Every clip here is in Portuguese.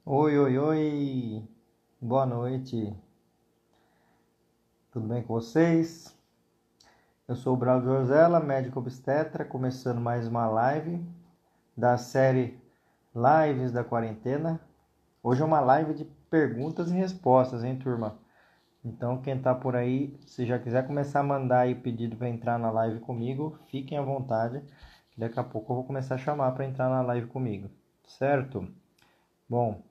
Oi, oi, oi. Boa noite. Tudo bem com vocês? Eu sou o Braulio Josela, médico obstetra, começando mais uma live da série Lives da Quarentena. Hoje é uma live de perguntas e respostas, hein, turma? Então, quem tá por aí, se já quiser começar a mandar aí pedido para entrar na live comigo, fiquem à vontade. Daqui a pouco eu vou começar a chamar para entrar na live comigo, certo? Bom,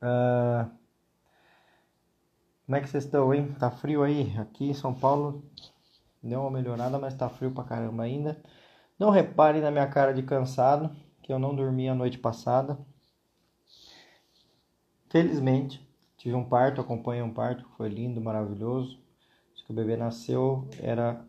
como é que vocês estão, hein? Tá frio aí? Aqui em São Paulo deu uma melhorada, mas tá frio pra caramba ainda. Não reparem na minha cara de cansado, que eu não dormi a noite passada. Felizmente, tive um parto, acompanhei um parto, foi lindo, maravilhoso. Acho que o bebê nasceu, era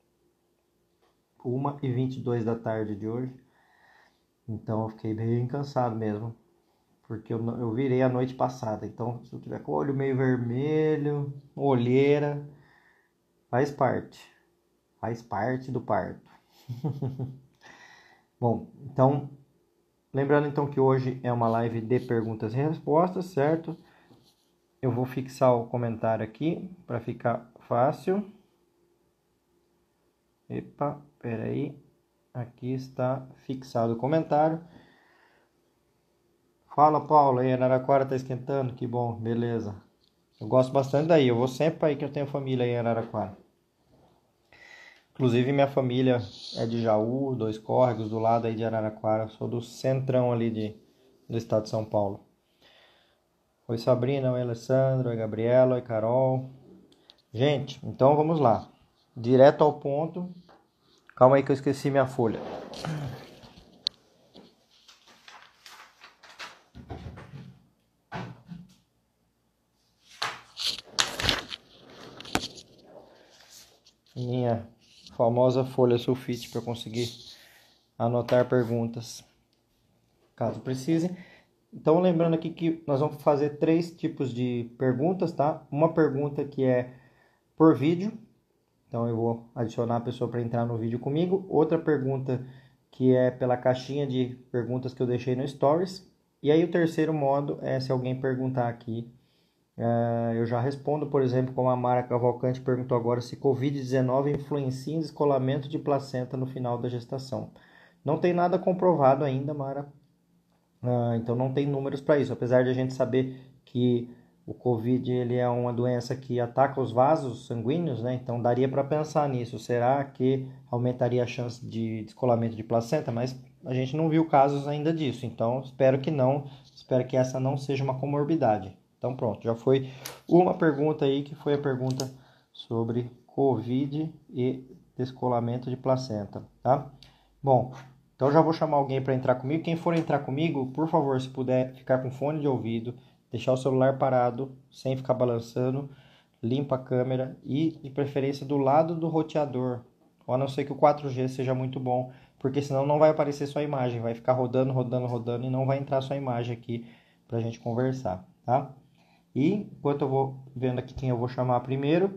1h22 da tarde de hoje. Então eu fiquei bem cansado mesmo, porque eu virei a noite passada. Então, se eu tiver com o olho meio vermelho, olheira, faz parte. Faz parte do parto. Bom, então, lembrando então que hoje é uma live de perguntas e respostas, certo? Eu vou fixar o comentário aqui para ficar fácil. Epa, peraí. Aqui está fixado o comentário. Fala, Paulo, aí Araraquara tá esquentando? Que bom, beleza. Eu gosto bastante daí, eu vou sempre para aí que eu tenho família aí em Araraquara. Inclusive minha família é de Jaú, Dois Córregos, do lado aí de Araraquara. Sou do centrão ali do estado de São Paulo. Oi Sabrina, oi Alessandro, oi Gabriela, oi Carol. Gente, então vamos lá. Direto ao ponto. Calma aí que eu esqueci minha folha. Minha famosa folha sulfite para conseguir anotar perguntas, caso precise. Então, lembrando aqui que nós vamos fazer 3 tipos de perguntas, tá? Uma pergunta que é por vídeo. Então, eu vou adicionar a pessoa para entrar no vídeo comigo. Outra pergunta que é pela caixinha de perguntas que eu deixei no Stories. E aí, o terceiro modo é se alguém perguntar aqui. Eu já respondo, por exemplo, como a Mara Cavalcante perguntou agora, se Covid-19 influencia em descolamento de placenta no final da gestação. Não tem nada comprovado ainda, Mara. Então não tem números para isso, apesar de a gente saber que o Covid ele é uma doença que ataca os vasos sanguíneos, né? Então daria para pensar nisso. Será que aumentaria a chance de descolamento de placenta? Mas a gente não viu casos ainda disso, então espero que não. Espero que essa não seja uma comorbidade. Então pronto, já foi uma pergunta aí que foi a pergunta sobre Covid e descolamento de placenta, tá? Bom, então já vou chamar alguém para entrar comigo. Quem for entrar comigo, por favor, se puder ficar com fone de ouvido, deixar o celular parado, sem ficar balançando, limpa a câmera e, de preferência, do lado do roteador. Ou a não ser que o 4G seja muito bom, porque senão não vai aparecer sua imagem, vai ficar rodando, rodando, rodando e não vai entrar sua imagem aqui para a gente conversar, tá? E enquanto eu vou vendo aqui quem eu vou chamar primeiro,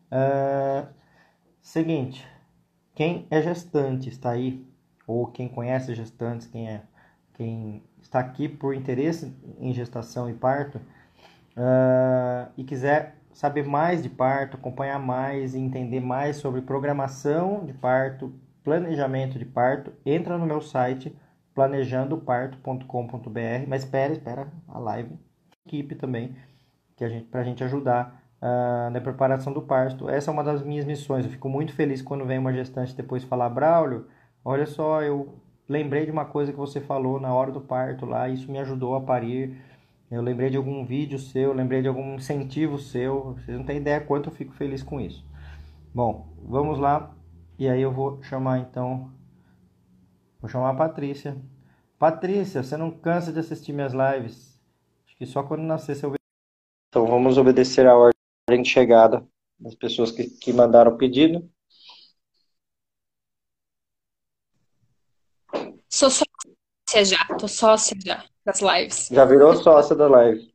seguinte, quem é gestante está aí, ou quem conhece gestantes, quem está aqui por interesse em gestação e parto, e quiser saber mais de parto, acompanhar mais e entender mais sobre programação de parto, planejamento de parto, entra no meu site planejandoparto.com.br, mas espera a live, equipe também, para a gente ajudar na preparação do parto. Essa é uma das minhas missões. Eu fico muito feliz quando vem uma gestante depois falar: Braulio, olha só, eu lembrei de uma coisa que você falou na hora do parto lá, isso me ajudou a parir. Eu lembrei de algum vídeo seu, lembrei de algum incentivo seu. Vocês não têm ideia quanto eu fico feliz com isso. Bom, vamos lá. E aí eu vou chamar então, vou chamar a Patrícia. Patrícia, você não cansa de assistir minhas lives? Acho que só quando nascer você. Então vamos obedecer a ordem de chegada das pessoas que mandaram o pedido. Sou sócia já, tô sócia já das lives. Já virou sócia da live.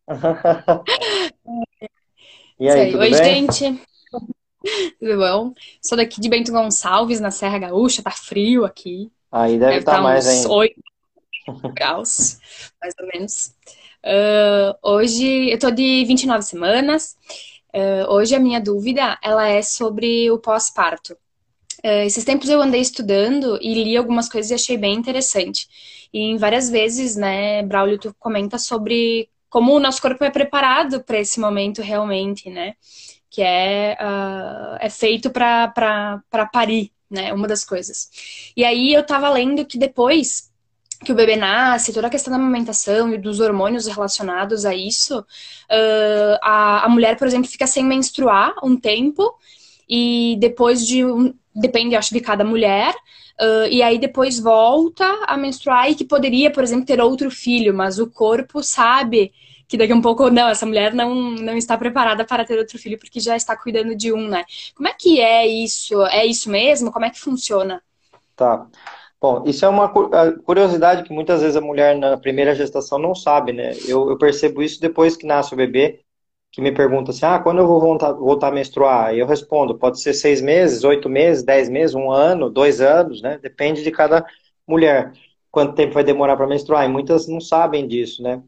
E Isso aí, aí. tudo Oi, bem? gente, tudo bom? Sou daqui de Bento Gonçalves, na Serra Gaúcha, tá frio aqui. Aí deve Deve estar estar mais uns ainda. 8 graus, mais ou menos. Hoje eu tô de 29 semanas. Hoje a minha dúvida, ela é sobre o pós-parto. Esses tempos eu andei estudando e li algumas coisas e achei bem interessante. E em várias vezes, né, Braulio, tu comenta sobre como o nosso corpo é preparado para esse momento realmente, né? Que é feito para parir, né? Uma das coisas. E aí eu tava lendo que depois que o bebê nasce, toda a questão da amamentação e dos hormônios relacionados a isso, a mulher, por exemplo, fica sem menstruar um tempo e depois depende, acho, de cada mulher, e aí depois volta a menstruar e que poderia, por exemplo, ter outro filho, mas o corpo sabe que daqui a um pouco, não, essa mulher não está preparada para ter outro filho porque já está cuidando de um, né? Como é que é isso? É isso mesmo? Como é que funciona? Tá. Bom, isso é uma curiosidade que muitas vezes a mulher na primeira gestação não sabe, né? Eu percebo isso depois que nasce o bebê, que me pergunta assim, quando eu vou voltar a menstruar? E eu respondo, pode ser 6 meses, 8 meses, 10 meses, um ano, 2 anos, né? Depende de cada mulher, quanto tempo vai demorar para menstruar. E muitas não sabem disso, né?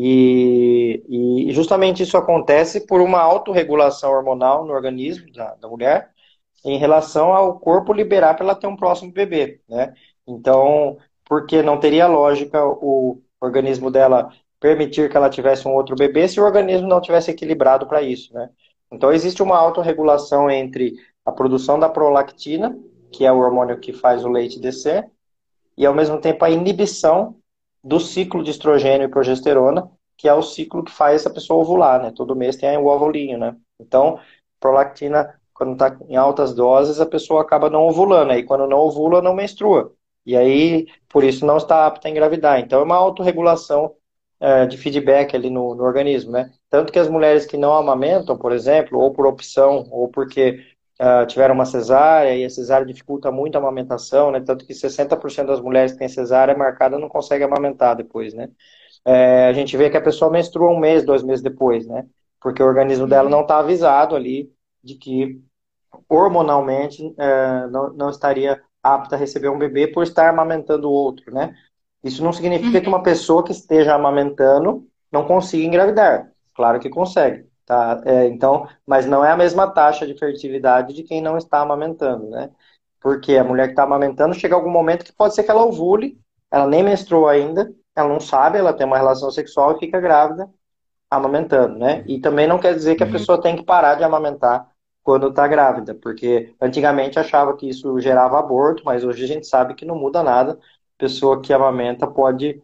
E justamente isso acontece por uma autorregulação hormonal no organismo da mulher, em relação ao corpo liberar para ela ter um próximo bebê, né? Então, porque não teria lógica o organismo dela permitir que ela tivesse um outro bebê se o organismo não tivesse equilibrado para isso, né? Então, existe uma autorregulação entre a produção da prolactina, que é o hormônio que faz o leite descer, e ao mesmo tempo a inibição do ciclo de estrogênio e progesterona, que é o ciclo que faz essa pessoa ovular, né? Todo mês tem o ovulinho, né? Então, prolactina, quando está em altas doses, a pessoa acaba não ovulando. Aí, quando não ovula, não menstrua. E aí, por isso, não está apta a engravidar. Então, é uma autorregulação de feedback ali no organismo, né? Tanto que as mulheres que não amamentam, por exemplo, ou por opção, ou porque tiveram uma cesárea, e a cesárea dificulta muito a amamentação, né? Tanto que 60% das mulheres que têm cesárea marcada não conseguem amamentar depois, né? A gente vê que a pessoa menstrua um mês, 2 meses depois, né? Porque o organismo dela não está avisado ali de que hormonalmente não estaria apta a receber um bebê por estar amamentando o outro, né? Isso não significa que uma pessoa que esteja amamentando não consiga engravidar. Claro que consegue, tá? Então, mas não é a mesma taxa de fertilidade de quem não está amamentando, né? Porque a mulher que está amamentando chega algum momento que pode ser que ela ovule, ela nem menstruou ainda, ela não sabe, ela tem uma relação sexual e fica grávida amamentando, né? E também não quer dizer que a Uhum. pessoa tem que parar de amamentar quando está grávida, porque antigamente achava que isso gerava aborto, mas hoje a gente sabe que não muda nada. Pessoa que amamenta pode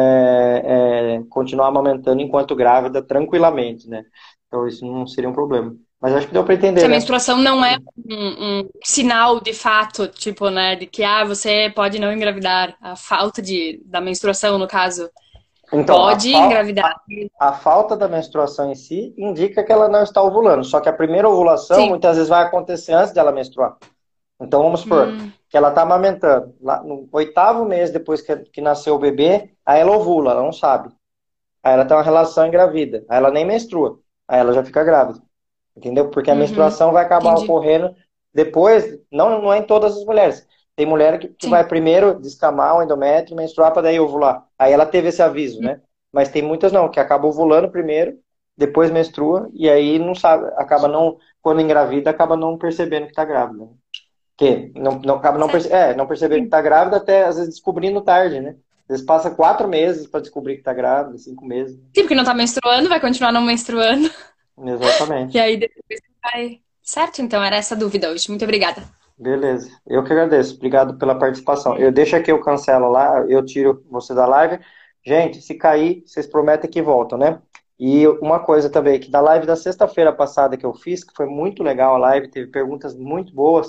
continuar amamentando enquanto grávida tranquilamente, né? Então isso não seria um problema. Mas acho que deu para Se entender, a né? menstruação não é um sinal de fato, tipo, né, de que você pode não engravidar. A falta da menstruação, no caso, Então, pode engravidar. a falta da menstruação em si indica que ela não está ovulando, só que a primeira ovulação Sim. muitas vezes vai acontecer antes dela menstruar. Então, vamos supor Hum, que ela está amamentando. Lá no 8º mês depois que nasceu o bebê, aí ela ovula, ela não sabe. Aí ela tem uma relação engravida. Aí ela nem menstrua. Aí ela já fica grávida. Entendeu? Porque a uhum, menstruação vai acabar entendi. ocorrendo depois, não é em todas as mulheres. Tem mulher que Sim. vai primeiro descamar o endométrio, menstruar para daí ovular. Aí ela teve esse aviso, né? Mas tem muitas não, que acabam ovulando primeiro, depois menstrua, e aí não sabe, acaba não, quando engravida, acaba não percebendo que está grávida. Né? Que não acaba Certo. não perceber que está grávida até às vezes descobrindo tarde, né? Às vezes passa 4 meses para descobrir que está grávida, 5 meses. Sim, porque não tá menstruando, vai continuar não menstruando. E Exatamente. aí depois vai. Certo, então era essa a dúvida hoje. Muito obrigada. Beleza. Eu que agradeço. Obrigado pela participação. Eu deixo aqui, eu cancelo lá, eu tiro você da live. Gente, se cair, vocês prometem que voltam, né? E uma coisa também, que da live da sexta-feira passada que eu fiz, que foi muito legal a live, teve perguntas muito boas,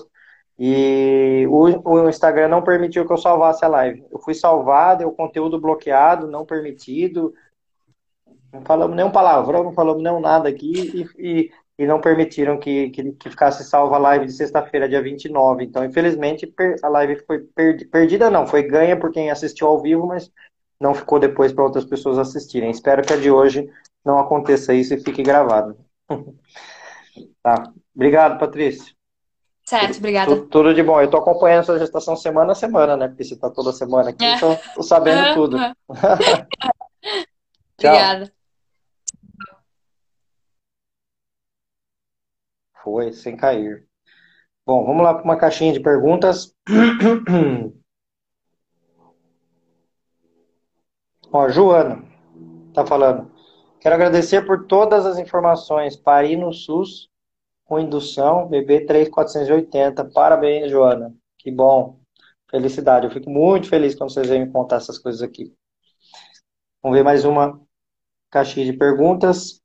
e o Instagram não permitiu que eu salvasse a live. Eu fui salvado, o conteúdo bloqueado, não permitido, não falamos nenhum palavrão, não falamos nenhum nada aqui e não permitiram que ficasse salva a live de sexta-feira, dia 29. Então, infelizmente, a live foi perdida, não, foi ganha por quem assistiu ao vivo, mas não ficou depois para outras pessoas assistirem. Espero que a de hoje não aconteça isso e fique gravado. Tá. Obrigado, Patrícia. Certo, obrigada. Tudo de bom. Eu estou acompanhando a sua gestação semana a semana, né? Porque você está toda semana aqui, É. então estou sabendo Aham, tudo. aham. Tchau. Obrigada. Foi, sem cair. Bom, vamos lá para uma caixinha de perguntas. Ó, Joana tá falando. Quero agradecer por todas as informações. Pari no SUS com indução, BB 3480. Parabéns, Joana. Que bom. Felicidade. Eu fico muito feliz quando vocês vêm me contar essas coisas aqui. Vamos ver mais uma caixinha de perguntas.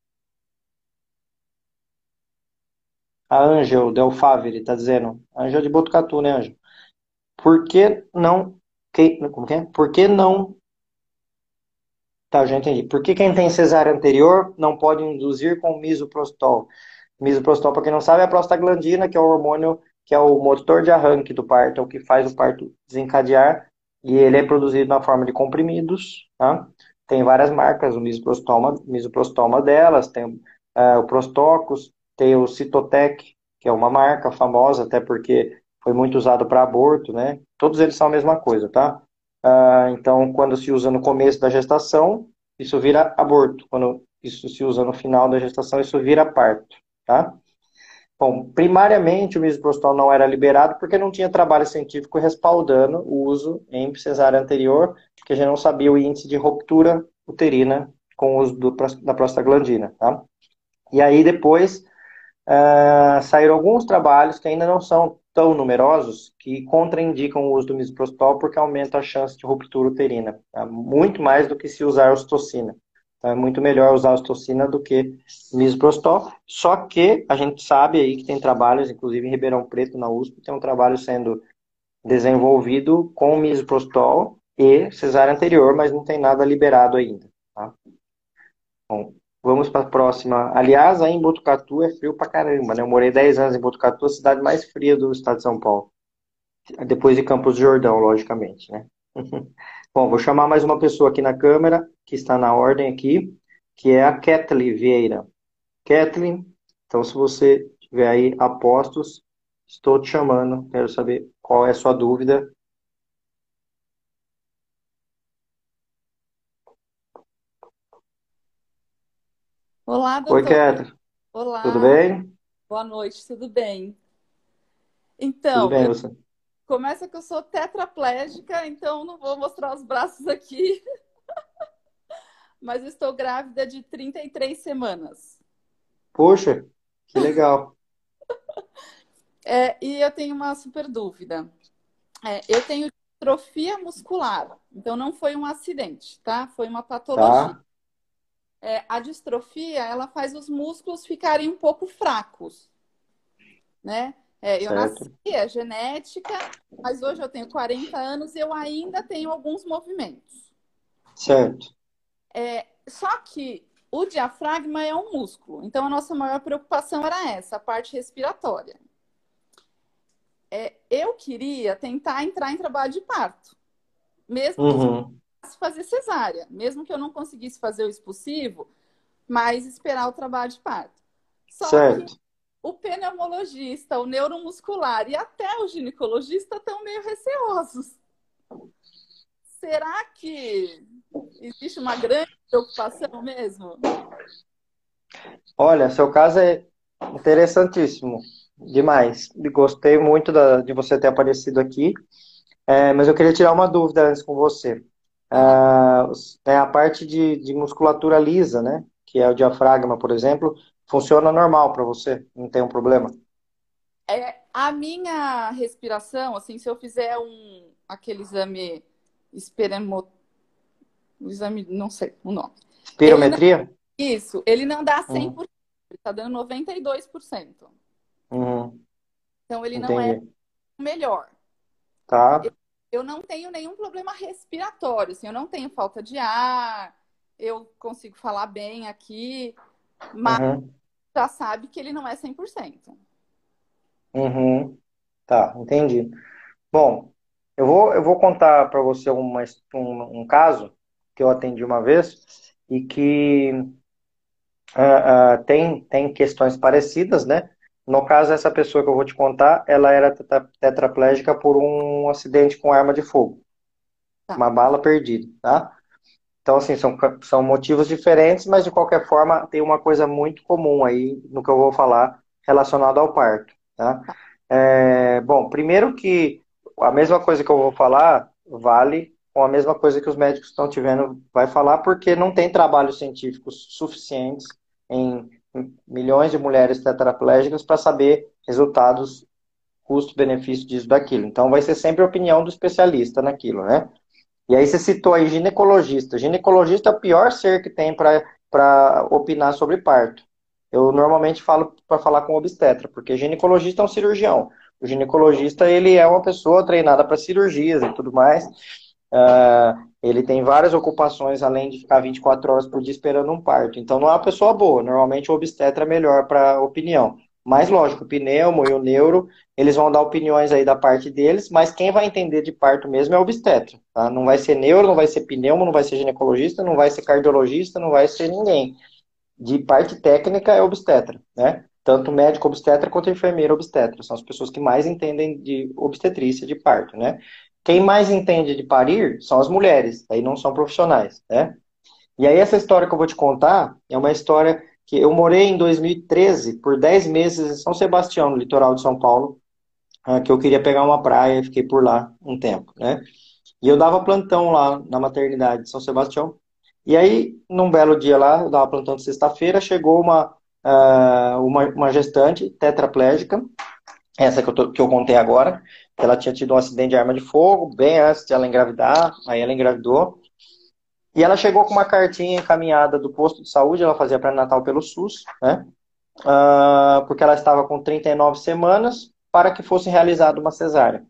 A Ângel Del Favre está dizendo. Ângel de Botucatu, né, Ângel? Por que não. Como que é? Por que não. Tá, já entendi. Por que quem tem cesárea anterior não pode induzir com misoprostol? Misoprostol, para quem não sabe, é a prostaglandina, que é o hormônio, que é o motor de arranque do parto, é o que faz o parto desencadear, e ele é produzido na forma de comprimidos, tá? Tem várias marcas, o misoprostol é uma delas, tem o Prostocus, tem o Citotec, que é uma marca famosa, até porque foi muito usado para aborto, né? Todos eles são a mesma coisa, tá? Então, quando se usa no começo da gestação, isso vira aborto. Quando isso se usa no final da gestação, isso vira parto, tá? Bom, primariamente o misoprostol não era liberado porque não tinha trabalho científico respaldando o uso em cesárea anterior, porque a gente não sabia o índice de ruptura uterina com o uso da prostaglandina, tá? E aí depois saíram alguns trabalhos que ainda não são tão numerosos que contraindicam o uso do misoprostol porque aumenta a chance de ruptura uterina, tá? Muito mais do que se usar ostocina. Então é muito melhor usar ostocina do que misoprostol. Só que a gente sabe aí que tem trabalhos, inclusive em Ribeirão Preto, na USP, tem um trabalho sendo desenvolvido com misoprostol e cesárea anterior, mas não tem nada liberado ainda, tá? Bom, vamos para a próxima. Aliás, aí em Botucatu é frio pra caramba, né? Eu morei 10 anos em Botucatu, a cidade mais fria do estado de São Paulo. Depois de Campos do Jordão, logicamente, né? Bom, vou chamar mais uma pessoa aqui na câmera, que está na ordem aqui, que é a Kathleen Vieira. Kathleen, então se você tiver aí a postos, estou te chamando, quero saber qual é a sua dúvida. Olá, Oi, doutor. Kathleen, tudo Olá, bem? boa noite, tudo bem? Tudo Então, bem, você? começa que eu sou tetraplégica, então não vou mostrar os braços aqui, mas estou grávida de 33 semanas. Poxa, que legal. E eu tenho uma super dúvida. Eu tenho distrofia muscular, então não foi um acidente, tá? Foi uma patologia. Tá, A distrofia, ela faz os músculos ficarem um pouco fracos, né? Eu nasci, certo. é genética, mas hoje eu tenho 40 anos e eu ainda tenho alguns movimentos. Certo. Só que o diafragma é um músculo, então a nossa maior preocupação era essa, a parte respiratória. Eu queria tentar entrar em trabalho de parto, mesmo que Uhum. fosse fazer cesárea, mesmo que eu não conseguisse fazer o expulsivo, mas esperar o trabalho de parto. Só que Certo. o pneumologista, o neuromuscular e até o ginecologista estão meio receosos. Será que existe uma grande preocupação mesmo? Olha, seu caso é interessantíssimo. Demais. Gostei muito de você ter aparecido aqui. Mas eu queria tirar uma dúvida antes com você. Ah, A parte de musculatura lisa, né? Que é o diafragma, por exemplo, funciona normal para você? Não tem um problema? a minha respiração, assim, se eu fizer aquele exame esperemo, o exame, não sei o nome, ele não, Espirometria? ele não dá Uhum. 100%, ele está dando 92%. Uhum. Então ele não é Entendi. o melhor. Tá. Eu não tenho nenhum problema respiratório, assim, eu não tenho falta de ar, eu consigo falar bem aqui, mas Uhum. já sabe que ele não é 100%. Uhum. Tá, entendi. Bom, eu vou contar para você um caso que eu atendi uma vez e que tem questões parecidas, né? No caso, essa pessoa que eu vou te contar, ela era tetraplégica por um acidente com arma de fogo, Tá. uma bala perdida, tá? Então, assim, são motivos diferentes, mas de qualquer forma tem uma coisa muito comum aí no que eu vou falar relacionado ao parto, tá? Bom, primeiro que a mesma coisa que eu vou falar vale com a mesma coisa que os médicos estão te vendo vai falar, porque não tem trabalhos científicos suficientes em milhões de mulheres tetraplégicas para saber resultados, custo-benefício disso, daquilo. Então vai ser sempre a opinião do especialista naquilo, né? E aí você citou aí ginecologista. Ginecologista é o pior ser que tem para opinar sobre parto. Eu normalmente falo para falar com obstetra, porque ginecologista é um cirurgião. O ginecologista, ele é uma pessoa treinada para cirurgias e tudo mais. Ele tem várias ocupações, além de ficar 24 horas por dia esperando um parto. Então não é uma pessoa boa. Normalmente o obstetra é melhor para opinião. Mas lógico, o pneumo e o neuro, eles vão dar opiniões aí da parte deles, mas quem vai entender de parto mesmo é o obstetra, tá? Não vai ser neuro, não vai ser pneumo, não vai ser ginecologista, não vai ser cardiologista, não vai ser ninguém. De parte técnica é obstetra, né? Tanto médico obstetra quanto enfermeiro obstetra. São as pessoas que mais entendem de obstetrícia, de parto, né? Quem mais entende de parir são as mulheres, aí não são profissionais, né? E aí essa história que eu vou te contar é uma história que eu morei em 2013 por 10 meses em São Sebastião, no litoral de São Paulo, que eu queria pegar uma praia e fiquei por lá um tempo, né? E eu dava plantão lá na maternidade de São Sebastião. E aí, num belo dia lá, eu dava plantão de sexta-feira, chegou uma gestante tetraplégica, essa que eu contei agora, que ela tinha tido um acidente de arma de fogo, bem antes de ela engravidar, aí ela engravidou. E ela chegou com uma cartinha encaminhada do posto de saúde, ela fazia pré-natal pelo SUS, né? Porque ela estava com 39 semanas para que fosse realizada uma cesárea.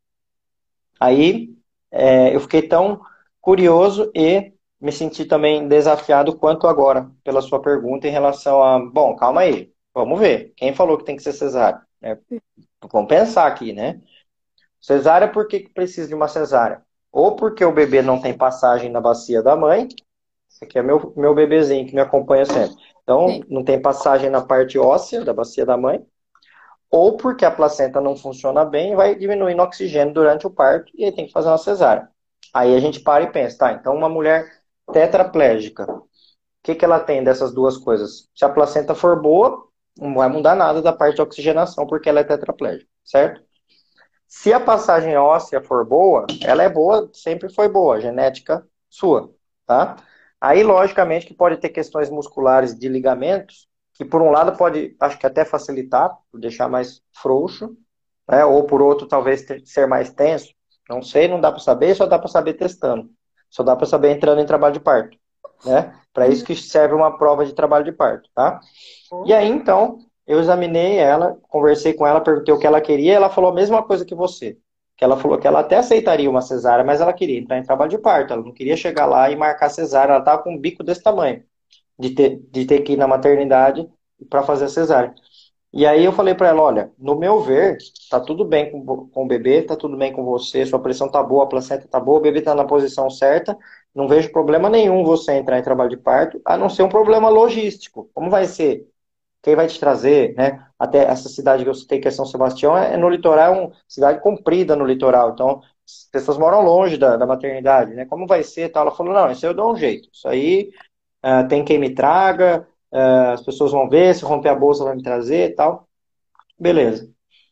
Aí eu fiquei tão curioso e me senti também desafiado quanto agora pela sua pergunta em relação a, bom, calma aí, vamos ver, quem falou que tem que ser cesárea? Vamos pensar aqui, né? Cesárea, por que precisa de uma cesárea? Ou porque o bebê não tem passagem na bacia da mãe, esse aqui é meu bebezinho que me acompanha sempre. Então, Sim. não tem passagem na parte óssea da bacia da mãe, ou porque a placenta não funciona bem e vai diminuindo o oxigênio durante o parto e aí tem que fazer uma cesárea. Aí a gente para e pensa, tá, então uma mulher tetraplégica, o que ela tem dessas duas coisas? Se a placenta for boa, não vai mudar nada da parte de oxigenação porque ela é tetraplégica, certo? Se a passagem óssea for boa, ela é boa, sempre foi boa, genética sua, tá? Aí, logicamente, que pode ter questões musculares de ligamentos, que por um lado pode, acho que até facilitar, deixar mais frouxo, né? Ou por outro, talvez ser mais tenso. Não sei, não dá para saber, só dá para saber testando. Só dá para saber entrando em trabalho de parto, né? Para isso que serve uma prova de trabalho de parto, tá? E aí, então, eu examinei ela, conversei com ela, perguntei o que ela queria, ela falou a mesma coisa que você. Que ela falou que ela até aceitaria uma cesárea, mas ela queria entrar em trabalho de parto. Ela não queria chegar lá e marcar cesárea. Ela estava com um bico desse tamanho, de ter que ir na maternidade para fazer a cesárea. E aí eu falei para ela, olha, no meu ver, tá tudo bem com o bebê, tá tudo bem com você, sua pressão tá boa, a placenta tá boa, o bebê tá na posição certa, não vejo problema nenhum você entrar em trabalho de parto, a não ser um problema logístico. Como vai ser? Quem vai te trazer, né? Até essa cidade que eu citei, que é São Sebastião, é no litoral, é uma cidade comprida no litoral, então as pessoas moram longe da maternidade, né? Como vai ser, tal? Ela falou, não, isso aí eu dou um jeito, isso aí tem quem me traga, as pessoas vão ver, se romper a bolsa vai me trazer e tal. Beleza.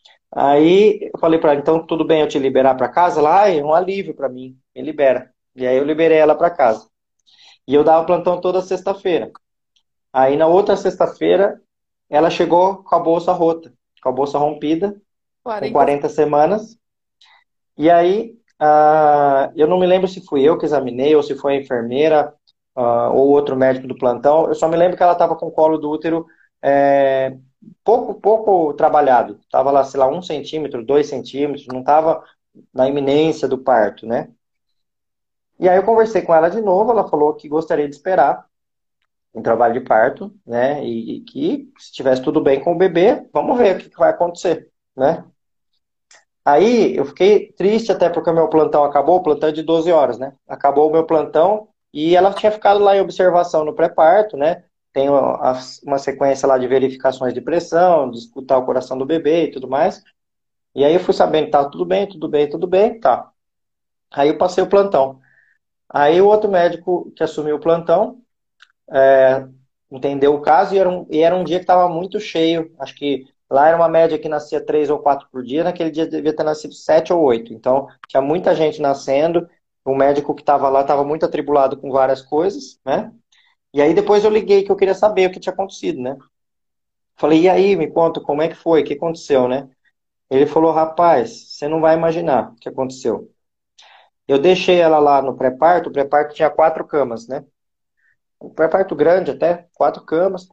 Aí eu falei para ela, então tudo bem eu te liberar para casa? Ela, é um alívio para mim, me libera. E aí eu liberei ela para casa. E eu dava plantão toda sexta-feira. Aí na outra sexta-feira ela chegou com a bolsa rota, com a bolsa rompida, com 40. 40 semanas. E aí eu não me lembro se fui eu que examinei ou se foi a enfermeira ou outro médico do plantão. Eu só me lembro que ela estava com o colo do útero pouco trabalhado. Estava lá, sei lá, 1 centímetro, 2 centímetros, não estava na iminência do parto, né? E aí eu conversei com ela de novo, ela falou que gostaria de esperar um trabalho de parto, né? E que se tivesse tudo bem com o bebê, vamos ver o que vai acontecer, né? Aí eu fiquei triste até porque o meu plantão acabou, o plantão é de 12 horas, né? Acabou o meu plantão e ela tinha ficado lá em observação no pré-parto, né? Tem uma sequência lá de verificações de pressão, de escutar o coração do bebê e tudo mais. E aí eu fui sabendo que tá tudo bem, tudo bem, tudo bem, tá. Aí eu passei o plantão. Aí o outro médico que assumiu o plantão entendeu o caso e era um dia que estava muito cheio. Acho que lá era uma média que nascia 3 ou 4 por dia, naquele dia devia ter nascido 7 ou 8. Então tinha muita gente nascendo. O médico que estava lá estava muito atribulado com várias coisas, né? E aí depois eu liguei que eu queria saber o que tinha acontecido, né? Falei, e aí, me conta como é que foi, o que aconteceu, né? Ele falou, rapaz, você não vai imaginar o que aconteceu. Eu deixei ela lá no pré-parto, o pré-parto tinha 4 camas, né? Um pré-parto grande até, 4 camas.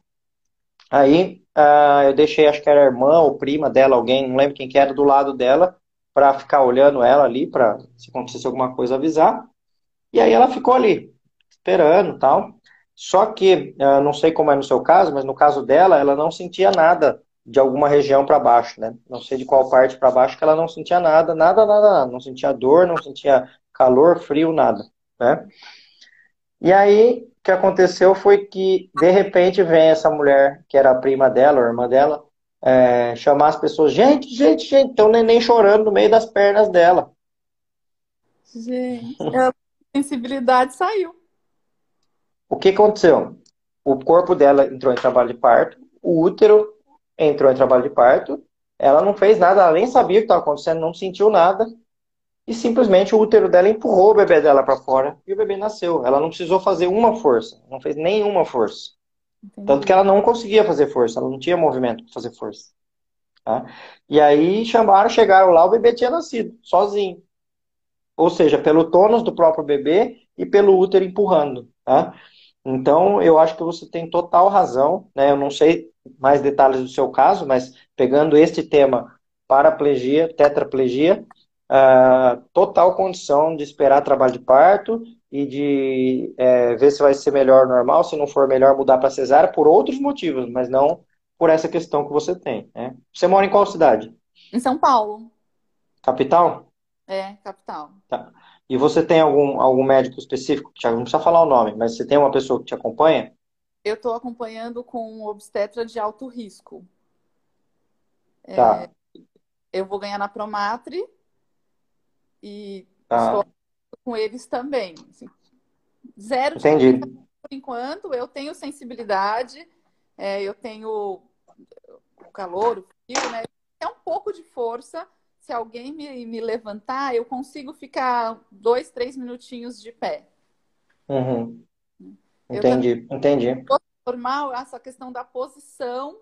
Aí eu deixei, acho que era a irmã ou prima dela, alguém, não lembro quem que era, do lado dela, para ficar olhando ela ali, para se acontecesse alguma coisa avisar. E aí ela ficou ali, esperando e tal. Só que, não sei como é no seu caso, mas no caso dela, ela não sentia nada de alguma região para baixo, né? Não sei de qual parte para baixo que ela não sentia nada, nada, nada, nada. Não sentia dor, não sentia calor, frio, nada, né? E aí, o que aconteceu foi que, de repente, vem essa mulher, que era a prima dela, a irmã dela, chamar as pessoas, gente, gente, gente, tem um neném chorando no meio das pernas dela. Gente, a sensibilidade saiu. O que aconteceu? O corpo dela entrou em trabalho de parto, o útero entrou em trabalho de parto, ela não fez nada, ela nem sabia o que estava acontecendo, não sentiu nada, e simplesmente o útero dela empurrou o bebê dela para fora e o bebê nasceu. Ela não precisou fazer uma força, não fez nenhuma força. Tanto que Entendi. ela não conseguia fazer força, ela não tinha movimento para fazer força. Tá? E aí chamaram, chegaram lá, o bebê tinha nascido, sozinho. Ou seja, pelo tônus do próprio bebê e pelo útero empurrando. Tá? Então, eu acho que você tem total razão, né? Eu não sei mais detalhes do seu caso, mas pegando este tema, paraplegia, tetraplegia, total condição de esperar trabalho de parto e de ver se vai ser melhor normal, se não for melhor mudar para cesárea por outros motivos, mas não por essa questão que você tem, né? Você mora em qual cidade? Em São Paulo, Capital? capital. Tá. E você tem algum médico específico, não precisa falar o nome, mas você tem uma pessoa que te acompanha? Eu estou acompanhando com um obstetra de alto risco. Tá, Eu vou ganhar na Promatri e estou tá, com eles também. Assim, zero de complicação entendi. por enquanto. Eu tenho sensibilidade, eu tenho o calor, o frio, né? É um pouco de força. Se alguém me levantar, eu consigo ficar 2, 3 minutinhos de pé. Uhum. Eu também, Entendi, entendi. normal, essa questão da posição,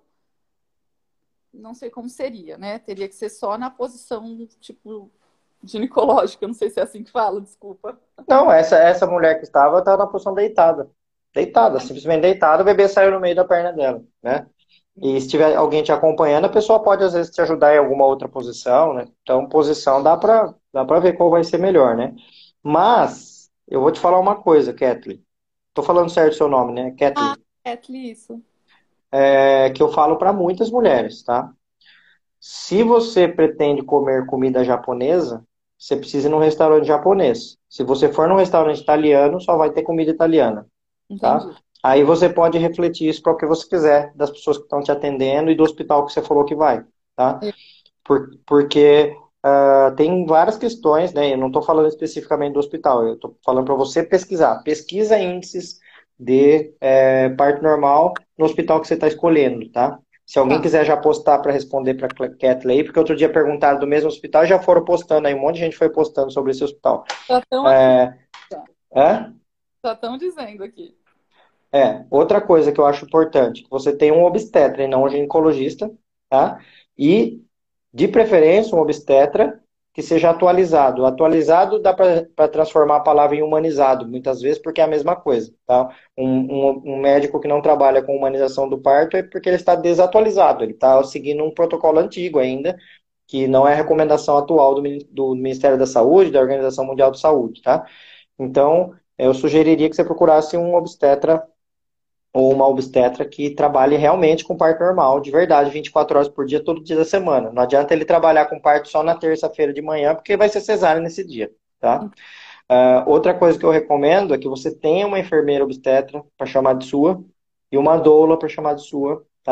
não sei como seria, né? Teria que ser só na posição, tipo, ginecológica. Não sei se é assim que fala, desculpa. Não, essa mulher que estava na posição deitada. Deitada, simplesmente deitada, o bebê saiu no meio da perna dela, né? E se tiver alguém te acompanhando, a pessoa pode às vezes te ajudar em alguma outra posição, né? Então, posição dá pra ver qual vai ser melhor, né? Mas, eu vou te falar uma coisa, Kathleen. Tô falando certo o seu nome, né? Ah, Kathleen. isso. Que eu falo para muitas mulheres, tá? Se você pretende comer comida japonesa, você precisa ir num restaurante japonês. Se você for num restaurante italiano, só vai ter comida italiana, tá? Entendi. Aí você pode refletir isso para o que você quiser das pessoas que estão te atendendo e do hospital que você falou que vai, tá? Porque tem várias questões, né? Eu não estou falando especificamente do hospital, eu estou falando para você pesquisar. Pesquisa índices de parto normal no hospital que você está escolhendo, tá? Se alguém Tá. quiser já postar para responder para Kathleen, porque outro dia perguntaram do mesmo hospital e já foram postando aí, um monte de gente foi postando sobre esse hospital. Já estão aqui. É, é? Já estão dizendo aqui. Outra coisa que eu acho importante, que você tenha um obstetra e não um ginecologista, tá? E, de preferência, um obstetra que seja atualizado. Atualizado dá para transformar a palavra em humanizado, muitas vezes, porque é a mesma coisa, tá? Um médico que não trabalha com humanização do parto é porque ele está desatualizado, ele está seguindo um protocolo antigo ainda, que não é a recomendação atual do Ministério da Saúde, da Organização Mundial de Saúde, tá? Então, eu sugeriria que você procurasse um obstetra ou uma obstetra que trabalhe realmente com parto normal, de verdade, 24 horas por dia, todo dia da semana. Não adianta ele trabalhar com parto só na terça-feira de manhã, porque vai ser cesárea nesse dia, tá? Outra coisa que eu recomendo é que você tenha uma enfermeira obstetra para chamar de sua e uma doula para chamar de sua, tá?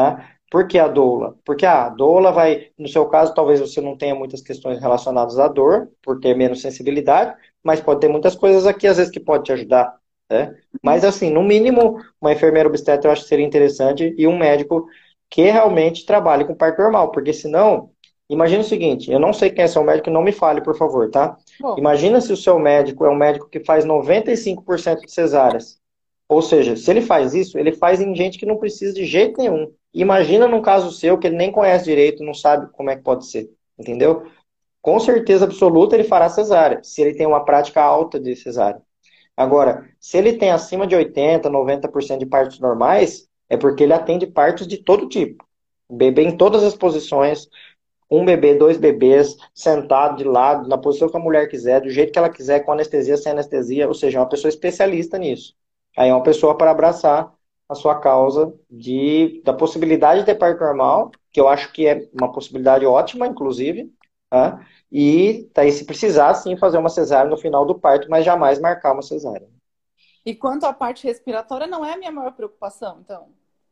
Por que a doula? Porque a doula vai, no seu caso, talvez você não tenha muitas questões relacionadas à dor, por ter menos sensibilidade, mas pode ter muitas coisas aqui, às vezes, que pode te ajudar, né? Mas, assim, no mínimo, uma enfermeira obstetra eu acho que seria interessante e um médico que realmente trabalhe com parto normal, porque senão, imagina o seguinte, eu não sei quem é seu médico, não me fale, por favor, tá? Bom, Imagina se o seu médico é um médico que faz 95% de cesáreas. Ou seja, se ele faz isso, ele faz em gente que não precisa de jeito nenhum. Imagina num caso seu que ele nem conhece direito, não sabe como é que pode ser, entendeu? Com certeza absoluta ele fará cesárea, se ele tem uma prática alta de cesárea. Agora, se ele tem acima de 80, 90% de partos normais, é porque ele atende partos de todo tipo. Bebê em todas as posições, um bebê, dois bebês, sentado de lado, na posição que a mulher quiser, do jeito que ela quiser, com anestesia, sem anestesia, ou seja, é uma pessoa especialista nisso. Aí é uma pessoa para abraçar a sua causa da possibilidade de ter parto normal, que eu acho que é uma possibilidade ótima, inclusive, tá? E daí, se precisar, sim, fazer uma cesárea no final do parto, mas jamais marcar uma cesárea. e quanto à parte respiratória, não é a minha maior preocupação, então.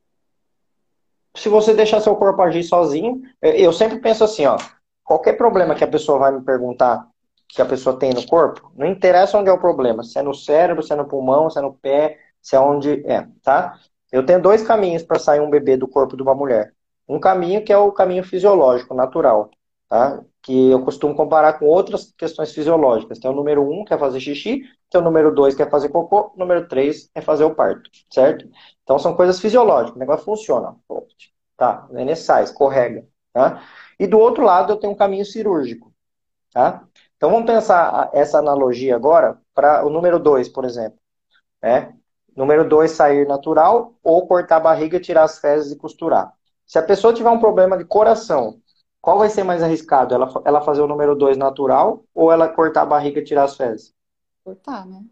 Se você deixar seu corpo agir sozinho, eu sempre penso assim, ó, qualquer problema que a pessoa vai me perguntar que a pessoa tem no corpo, não interessa onde é o problema, se é no cérebro, se é no pulmão, se é no pé, se é onde é, tá? Eu tenho dois caminhos para sair um bebê do corpo de uma mulher. Um caminho que é o caminho fisiológico, natural, tá? Que eu costumo comparar com outras questões fisiológicas. Tem o número um, que é fazer xixi, tem o número dois, que é fazer cocô, o número três é fazer o parto, certo? Então são coisas fisiológicas, o negócio funciona. Tá, o nenê sai, escorrega, tá? E do outro lado eu tenho um caminho cirúrgico, tá? Então vamos pensar essa analogia agora para o número 2, por exemplo, né? Número 2, sair natural ou cortar a barriga, tirar as fezes e costurar. Se a pessoa tiver um problema de coração, qual vai ser mais arriscado? Ela fazer o número 2 natural ou ela cortar a barriga e tirar as fezes? Cortar, né?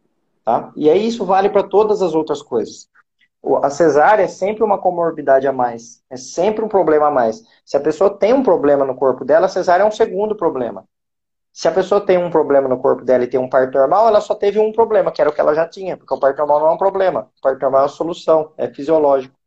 Tá? E aí isso vale para todas as outras coisas. A cesárea é sempre uma comorbidade a mais, é sempre um problema a mais. Se a pessoa tem um problema no corpo dela, a cesárea é um segundo problema. Se a pessoa tem um problema no corpo dela e tem um parto normal, ela só teve um problema, que era o que ela já tinha, porque o parto normal não é um problema. O parto normal é uma solução, é fisiológico.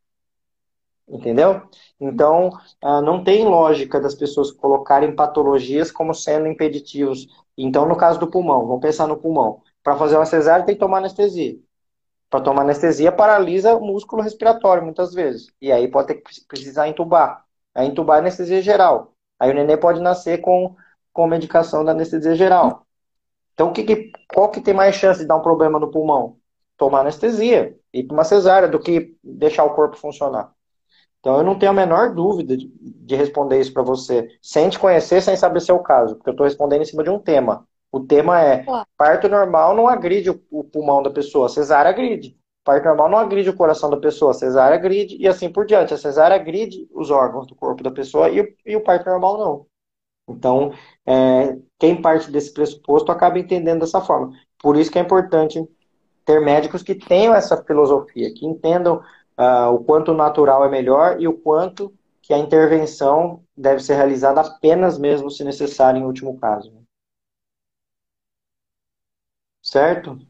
Entendeu? Então, não tem lógica das pessoas colocarem patologias como sendo impeditivos. Então, no caso do pulmão, vamos pensar no pulmão. Para fazer uma cesárea, tem que tomar anestesia. Para tomar anestesia, paralisa o músculo respiratório, muitas vezes. E aí pode ter que precisar entubar. Aí entubar é anestesia geral. Aí o neném pode nascer com medicação da anestesia geral. Então, qual que tem mais chance de dar um problema no pulmão? Tomar anestesia e para uma cesárea do que deixar o corpo funcionar. Então, eu não tenho a menor dúvida de responder isso para você, sem te conhecer, sem saber seu caso, porque eu estou respondendo em cima de um tema. O tema é: Claro. parto normal não agride o pulmão da pessoa, cesárea agride. Parto normal não agride o coração da pessoa, cesárea agride, e assim por diante. A cesárea agride os órgãos do corpo da pessoa e o parto normal não. Então, quem parte desse pressuposto acaba entendendo dessa forma. Por isso que é importante ter médicos que tenham essa filosofia, que entendam o quanto o natural é melhor e o quanto que a intervenção deve ser realizada apenas mesmo se necessário em último caso. Certo?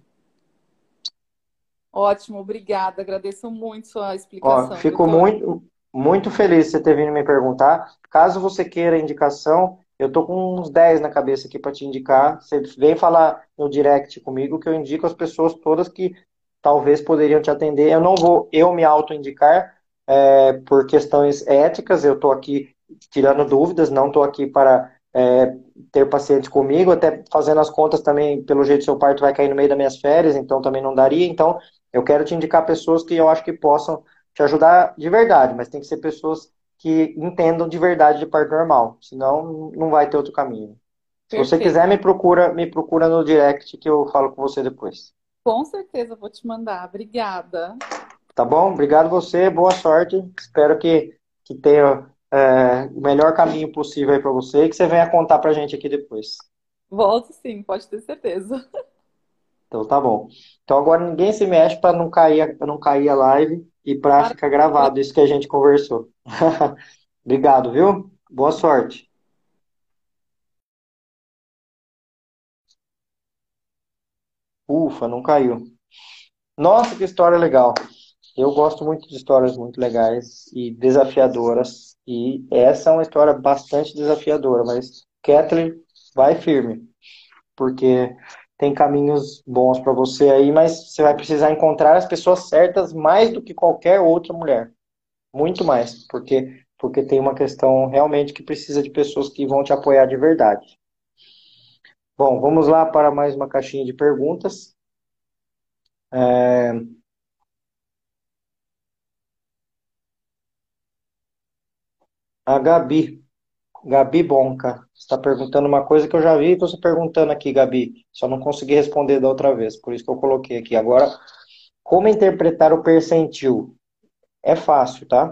Ótimo, obrigada. Agradeço muito sua Ó, explicação, fico doutor. muito feliz de você ter vindo me perguntar. Caso você queira indicação, eu tô com uns 10 na cabeça aqui para te indicar. Você vem falar no direct comigo que eu indico as pessoas todas que talvez poderiam te atender. Eu não vou eu me auto-indicar por questões éticas. Eu estou aqui tirando dúvidas, não estou aqui para ter pacientes comigo, até fazendo as contas também, pelo jeito seu parto vai cair no meio das minhas férias, então também não daria. Então, eu quero te indicar pessoas que eu acho que possam te ajudar de verdade, mas tem que ser pessoas que entendam de verdade de parto normal, senão não vai ter outro caminho. Se você Perfeito. quiser, me procura no direct que eu falo com você depois. Com certeza vou te mandar. Obrigada. Tá bom? Obrigado você, boa sorte. Espero que tenha o melhor caminho possível aí para você e que você venha contar pra gente aqui depois. Volto sim, pode ter certeza. Então tá bom. Então agora ninguém se mexe para não cair a live e para ficar Maravilha. gravado isso que a gente conversou. Obrigado, viu? Boa sorte. Ufa, não caiu. Nossa, que história legal. Eu gosto muito de histórias muito legais e desafiadoras. E essa é uma história bastante desafiadora, mas Kathleen, vai firme, porque tem caminhos bons para você aí, mas você vai precisar encontrar as pessoas certas mais do que qualquer outra mulher. Muito mais, porque tem uma questão realmente que precisa de pessoas que vão te apoiar de verdade. Bom, vamos lá para mais uma caixinha de perguntas. A Gabi Bonca, está perguntando uma coisa que eu já vi você perguntando aqui, Gabi. Só não consegui responder da outra vez, por isso que eu coloquei aqui. Agora, como interpretar o percentil? É fácil, tá?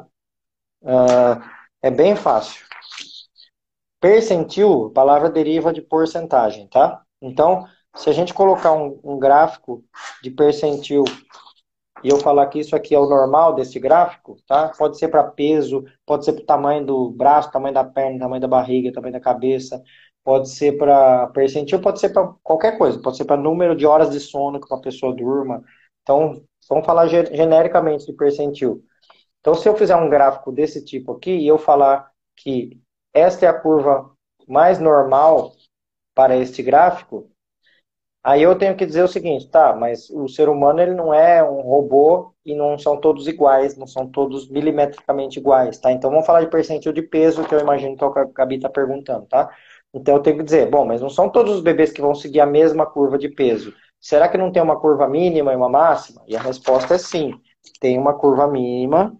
É bem fácil. Percentil, a palavra deriva de porcentagem, tá? Então, se a gente colocar um gráfico de percentil e eu falar que isso aqui é o normal desse gráfico, tá? Pode ser para peso, pode ser para o tamanho do braço, tamanho da perna, tamanho da barriga, tamanho da cabeça, pode ser para percentil, pode ser para qualquer coisa, pode ser para número de horas de sono que uma pessoa durma. Então, vamos falar genericamente de percentil. Então, se eu fizer um gráfico desse tipo aqui e eu falar que esta é a curva mais normal para este gráfico, aí eu tenho que dizer o seguinte, tá, mas o ser humano ele não é um robô e não são todos iguais, não são todos milimetricamente iguais, tá? Então vamos falar de percentil de peso, que eu imagino que é o que a Gabi está perguntando, tá? Então eu tenho que dizer, bom, mas não são todos os bebês que vão seguir a mesma curva de peso. Será que não tem uma curva mínima e uma máxima? E a resposta é sim. Tem uma curva mínima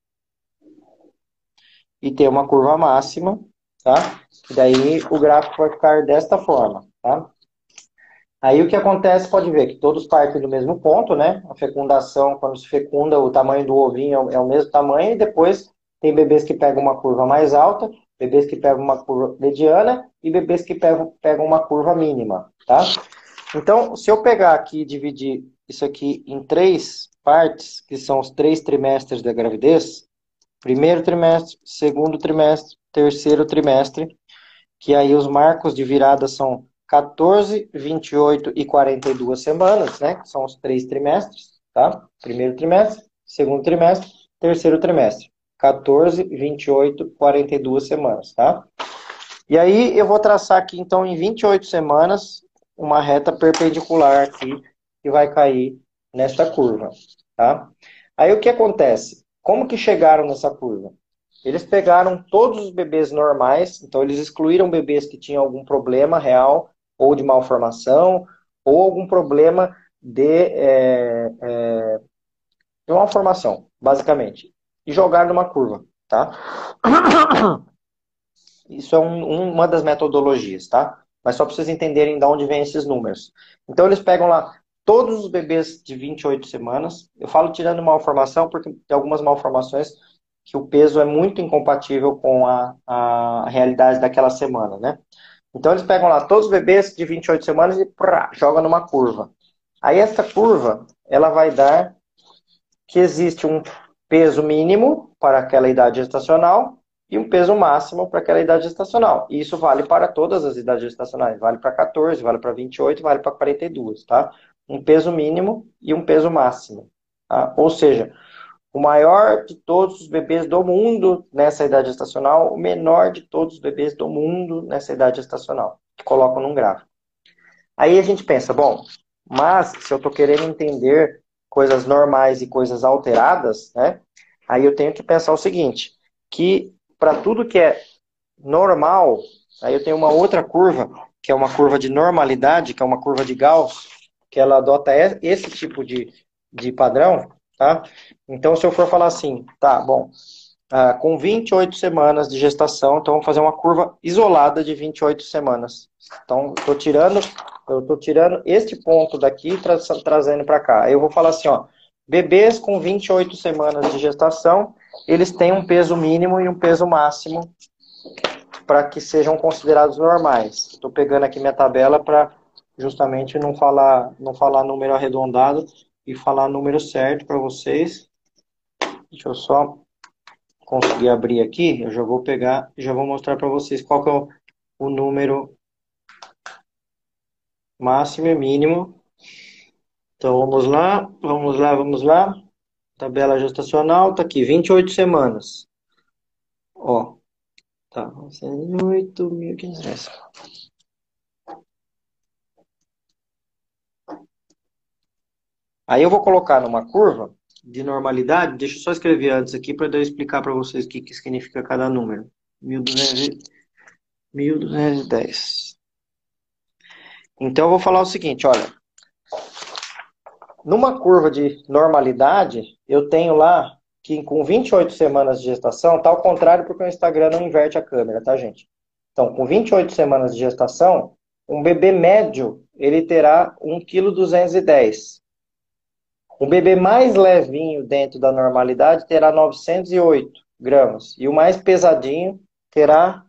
e tem uma curva máxima, tá? E daí o gráfico vai ficar desta forma, tá? Aí o que acontece, pode ver que todos partem do mesmo ponto, né? A fecundação, quando se fecunda, o tamanho do ovinho é o mesmo tamanho, e depois tem bebês que pegam uma curva mais alta, bebês que pegam uma curva mediana e bebês que pegam uma curva mínima, tá? Então, se eu pegar aqui e dividir isso aqui em três partes, que são os 3 trimestres da gravidez, primeiro trimestre, segundo trimestre, terceiro trimestre, que aí os marcos de virada são 14, 28 e 42 semanas, né? Que são os 3 trimestres, tá? Primeiro trimestre, segundo trimestre, terceiro trimestre. 14, 28, 42 semanas, tá? E aí eu vou traçar aqui, então, em 28 semanas, uma reta perpendicular aqui, que vai cair nesta curva, tá? Aí o que acontece? Como que chegaram nessa curva? Eles pegaram todos os bebês normais, então eles excluíram bebês que tinham algum problema real, ou de malformação, ou algum problema de malformação, basicamente, e jogaram numa curva, tá? Isso é uma das metodologias, tá? Mas só para vocês entenderem de onde vêm esses números. Então eles pegam lá todos os bebês de 28 semanas. Eu falo tirando malformação, porque tem algumas malformações que o peso é muito incompatível com a realidade daquela semana, né? Então eles pegam lá todos os bebês de 28 semanas e jogam numa curva. Aí essa curva, ela vai dar que existe um peso mínimo para aquela idade gestacional e um peso máximo para aquela idade gestacional. E isso vale para todas as idades gestacionais. Vale para 14, vale para 28, vale para 42, tá? Um peso mínimo e um peso máximo. Tá? Ou seja, o maior de todos os bebês do mundo nessa idade gestacional, o menor de todos os bebês do mundo nessa idade gestacional, que colocam num gráfico. Aí a gente pensa, bom, mas se eu estou querendo entender coisas normais e coisas alteradas, né? Aí eu tenho que pensar o seguinte, que para tudo que é normal, aí eu tenho uma outra curva, que é uma curva de normalidade, que é uma curva de Gauss, que ela adota esse tipo de padrão, tá? Então, se eu for falar assim, tá, bom, com 28 semanas de gestação, então vamos fazer uma curva isolada de 28 semanas. Então, eu estou tirando este ponto daqui e trazendo para cá. Aí eu vou falar assim, ó, bebês com 28 semanas de gestação, eles têm um peso mínimo e um peso máximo para que sejam considerados normais. Estou pegando aqui minha tabela para justamente não falar número arredondado e falar número certo para vocês. Deixa eu só conseguir abrir aqui, eu já vou pegar e já vou mostrar para vocês qual que é o número máximo e mínimo. Então vamos lá, vamos lá, vamos lá. tabela gestacional, tá aqui, 28 semanas. Ó, tá, 108, 1.500. Aí eu vou colocar numa curva de normalidade, deixa eu só escrever antes aqui para eu explicar para vocês o que significa cada número. 1.210. Então eu vou falar o seguinte, olha, numa curva de normalidade, eu tenho lá que com 28 semanas de gestação, tá ao contrário porque o Instagram não inverte a câmera, tá, gente? Então, com 28 semanas de gestação, um bebê médio, ele terá 1,210 kg. O bebê mais levinho dentro da normalidade terá 908 gramas. E o mais pesadinho terá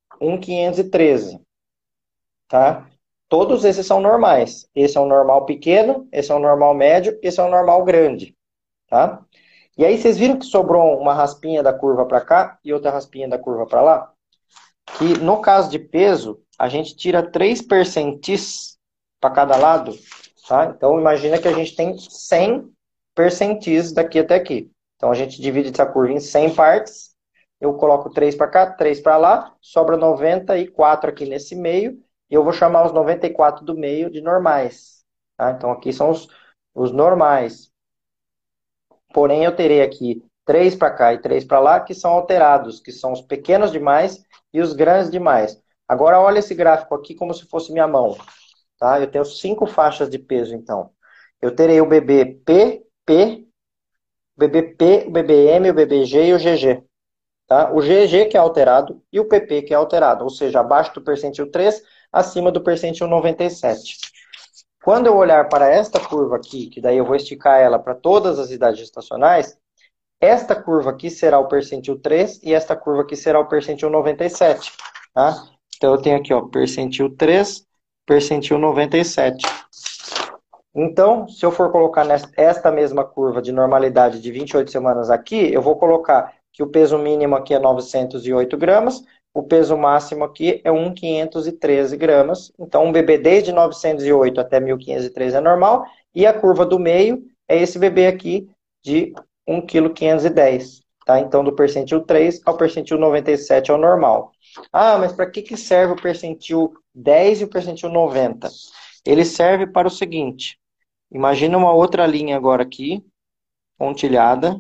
1,513, tá? Todos esses são normais. Esse é um normal pequeno, esse é um normal médio, esse é um normal grande, tá? E aí vocês viram que sobrou uma raspinha da curva para cá e outra raspinha da curva para lá? Que no caso de peso, a gente tira 3 percentis para cada lado, tá? Então imagina que a gente tem 100 percentis daqui até aqui. Então a gente divide essa curva em 100 partes. Eu coloco 3 para cá, 3 para lá, sobra 94 aqui nesse meio, e eu vou chamar os 94 do meio de normais, tá? Então aqui são os normais. Porém, eu terei aqui 3 para cá e 3 para lá, que são alterados, que são os pequenos demais e os grandes demais. Agora, olha esse gráfico aqui como se fosse minha mão. Tá? Eu tenho 5 faixas de peso, então. Eu terei o bebê P, P, o bebê P, o bebê M, o bebê G e o GG. Tá? O GG que é alterado e o PP que é alterado, ou seja, abaixo do percentil 3, acima do percentil 97. Quando eu olhar para esta curva aqui, que daí eu vou esticar ela para todas as idades gestacionais, esta curva aqui será o percentil 3 e esta curva aqui será o percentil 97, tá? Então eu tenho aqui, ó, percentil 3, percentil 97. Então, se eu for colocar esta mesma curva de normalidade de 28 semanas aqui, eu vou colocar que o peso mínimo aqui é 908 gramas, o peso máximo aqui é 1.513 gramas. Então, um bebê desde 908 até 1.513 é normal, e a curva do meio é esse bebê aqui de 1,510 kg. Tá? Então, do percentil 3 ao percentil 97 é o normal. Ah, mas para que serve o percentil 10 e o percentil 90? Ele serve para o seguinte: imagina uma outra linha agora aqui, pontilhada,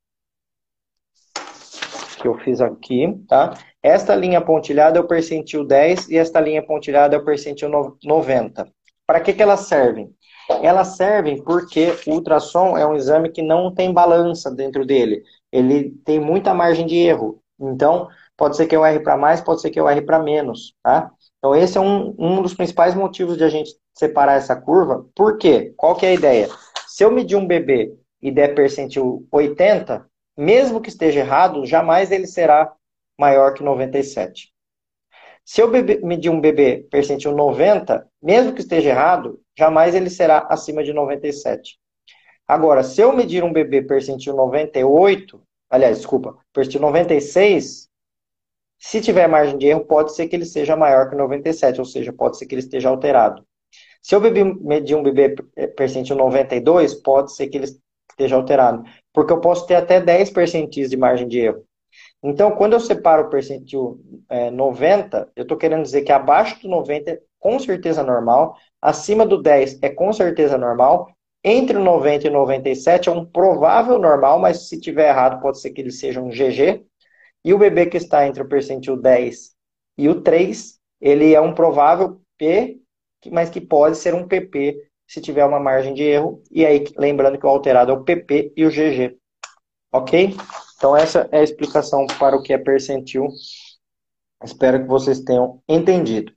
que eu fiz aqui, tá? Esta linha pontilhada é o percentil 10 e esta linha pontilhada é o percentil 90. Para que elas servem? Elas servem porque o ultrassom é um exame que não tem balança dentro dele. Ele tem muita margem de erro. Então, pode ser que eu erre para mais, pode ser que eu erre para menos, tá? Então, esse é um dos principais motivos de a gente separar essa curva. Por quê? Qual que é a ideia? Se eu medir um bebê e der percentil 80, mesmo que esteja errado, jamais ele será maior que 97. Se eu medir um bebê percentil 90, mesmo que esteja errado, jamais ele será acima de 97. Agora, se eu medir um bebê percentil 98, aliás, desculpa, percentil 96, se tiver margem de erro, pode ser que ele seja maior que 97, ou seja, pode ser que ele esteja alterado. Se eu medir um bebê percentil 92, pode ser que ele esteja alterado, porque eu posso ter até 10 percentis de margem de erro. Então, quando eu separo o percentil 90, eu estou querendo dizer que abaixo do 90 é com certeza normal, acima do 10 é com certeza normal, entre o 90 e o 97 é um provável normal, mas se tiver errado pode ser que ele seja um GG, e o bebê que está entre o percentil 10 e o 3, ele é um provável P, mas que pode ser um PP se tiver uma margem de erro, e aí lembrando que o alterado é o PP e o GG. Ok? Então essa é a explicação para o que é percentil. Espero que vocês tenham entendido.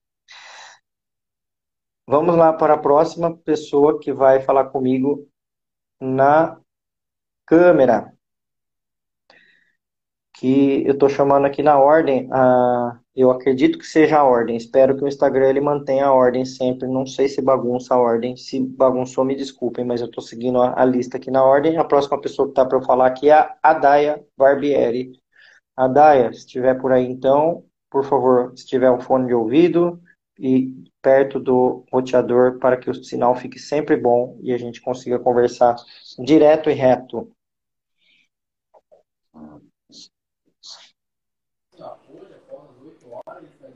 Vamos lá para a próxima pessoa que vai falar comigo na câmera. Que eu estou chamando aqui na ordem. Eu acredito que seja a ordem. Espero que o Instagram ele mantenha a ordem sempre. Não sei se bagunça a ordem. Se bagunçou, me desculpem, mas eu estou seguindo a lista aqui na ordem. A próxima pessoa que está para eu falar aqui é a Adaia Barbieri. Adaia, se estiver por aí então, por favor, se tiver um fone de ouvido e perto do roteador para que o sinal fique sempre bom e a gente consiga conversar direto e reto.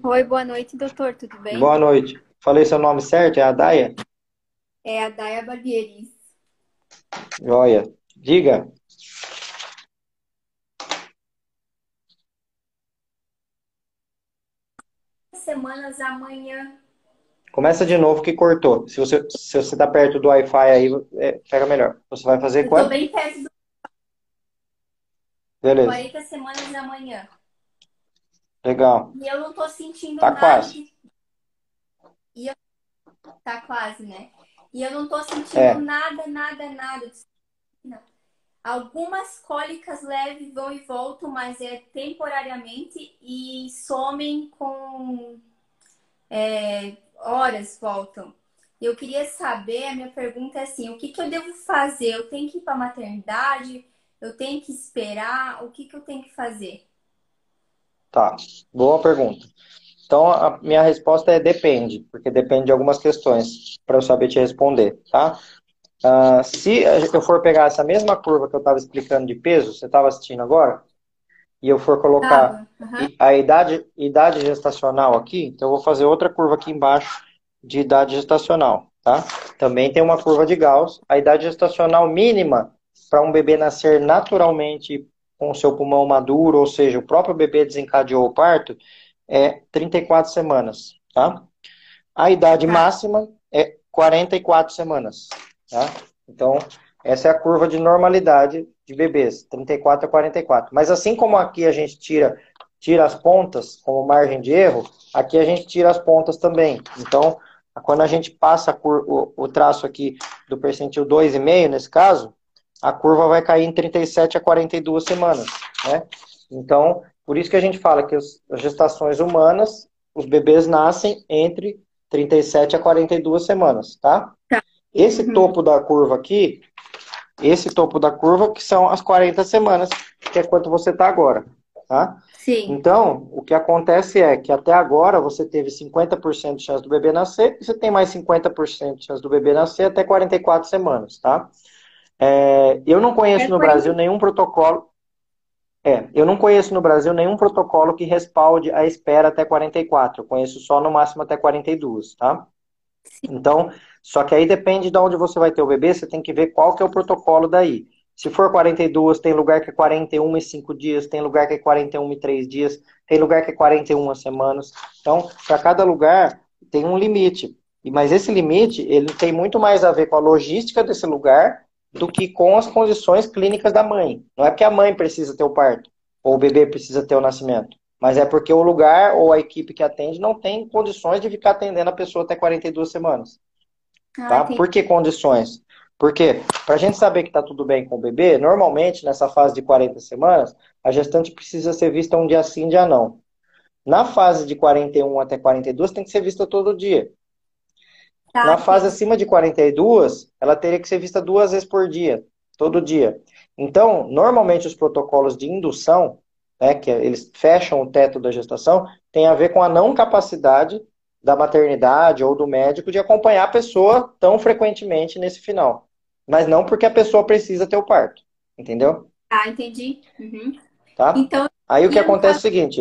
Oi, boa noite, doutor, tudo bem? Boa noite. Falei seu nome certo? É a Daia? É a Daia Barbieris. Joia. Diga. Semanas amanhã. Começa de novo que cortou. Se você tá perto do Wi-Fi aí, pega melhor. Você vai fazer Eu tô quanto? bem perto do Beleza. 40 semanas amanhã. Legal. E eu não tô sentindo Tá nada quase. de. E eu... Tá quase, né? E eu não tô sentindo É. nada de... Não. Algumas cólicas leves vão e voltam, mas é temporariamente e somem com horas, voltam. Eu queria saber, a minha pergunta é assim, o que que eu devo fazer? Eu tenho que ir para maternidade? Eu tenho que esperar? O que que eu tenho que fazer? Tá. Boa pergunta. Então, a minha resposta é depende, porque depende de algumas questões para eu saber te responder, tá? Se eu for pegar essa mesma curva que eu estava explicando de peso, você estava assistindo agora, e eu for colocar Tava. Aham. a idade gestacional aqui, então eu vou fazer outra curva aqui embaixo de idade gestacional, tá? Também tem uma curva de Gauss. A idade gestacional mínima para um bebê nascer naturalmente com o seu pulmão maduro, ou seja, o próprio bebê desencadeou o parto, é 34 semanas, tá? A idade Tá. máxima é 44 semanas, tá? Então, essa é a curva de normalidade de bebês, 34 a 44. Mas assim como aqui a gente tira as pontas como margem de erro, aqui a gente tira as pontas também. Então, quando a gente passa o traço aqui do percentil 2,5, nesse caso, a curva vai cair em 37 a 42 semanas, né? Então, por isso que a gente fala que as gestações humanas, os bebês nascem entre 37 a 42 semanas, tá? Tá. Esse Uhum. topo da curva aqui, esse topo da curva, que são as 40 semanas, que é quanto você está agora, tá? Sim. Então, o que acontece é que até agora você teve 50% de chance do bebê nascer, e você tem mais 50% de chance do bebê nascer até 44 semanas, tá? Eu não É conheço no 40. Brasil nenhum protocolo. Eu não conheço no Brasil nenhum protocolo que respalde a espera até 44. Eu conheço só no máximo até 42, tá? Então, só que aí depende de onde você vai ter o bebê, você tem que ver qual que é o protocolo daí. Se for 42, tem lugar que é 41 e 5 dias, tem lugar que é 41 e 3 dias, tem lugar que é 41 semanas. Então, para cada lugar tem um limite. Mas esse limite, ele tem muito mais a ver com a logística desse lugar do que com as condições clínicas da mãe. Não é porque a mãe precisa ter o parto, ou o bebê precisa ter o nascimento. Mas é porque o lugar ou a equipe que atende não tem condições de ficar atendendo a pessoa até 42 semanas. Ah, Tá? entendi. Por que condições? Porque, para a gente saber que está tudo bem com o bebê, normalmente nessa fase de 40 semanas, a gestante precisa ser vista um dia sim, um dia não. Na fase de 41 até 42, tem que ser vista todo dia. Tá, Na fase entendi. acima de 42, ela teria que ser vista 2 vezes por dia, todo dia. Então, normalmente os protocolos de indução, né, que eles fecham o teto da gestação, tem a ver com a não capacidade da maternidade ou do médico de acompanhar a pessoa tão frequentemente nesse final. Mas não porque a pessoa precisa ter o parto, entendeu? Tá, entendi. Uhum. Tá? Então, Aí o que ia no acontece é caso, o seguinte,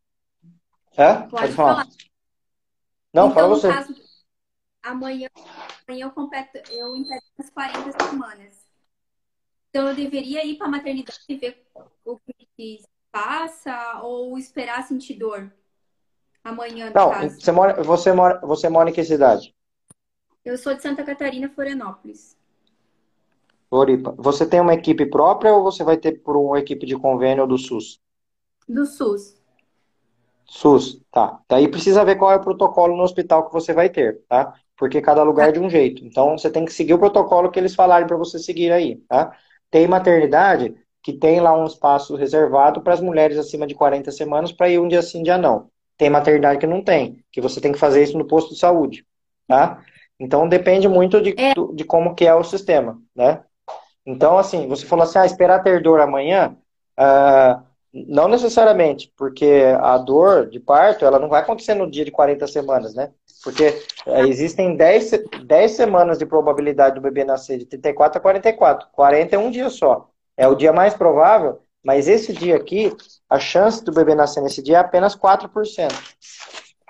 pode pode falar. falar. Não, fala Então, no você. caso, amanhã, amanhã eu completo as 40 semanas. Então, eu deveria ir para a maternidade e ver o que se passa ou esperar sentir dor? Amanhã, no Não, caso. você mora em que cidade? Eu sou de Santa Catarina, Florianópolis. Floripa. Você tem uma equipe própria ou você vai ter por uma equipe de convênio do SUS? Do SUS. SUS, tá. Daí precisa ver qual é o protocolo no hospital que você vai ter, tá? Porque cada lugar Tá. é de um jeito. Então você tem que seguir o protocolo que eles falarem para você seguir aí, tá? Tem maternidade que tem lá um espaço reservado para as mulheres acima de 40 semanas para ir um dia sim, dia não. Tem maternidade que não tem, que você tem que fazer isso no posto de saúde, tá? Então depende muito É, de como que é o sistema, né? Então, assim, você falou assim, esperar ter dor amanhã, não necessariamente, porque a dor de parto, ela não vai acontecer no dia de 40 semanas, né? Porque existem 10 semanas de probabilidade do bebê nascer de 34 a 44. 40 é um dia só. É o dia mais provável, mas esse dia aqui, a chance do bebê nascer nesse dia é apenas 4%.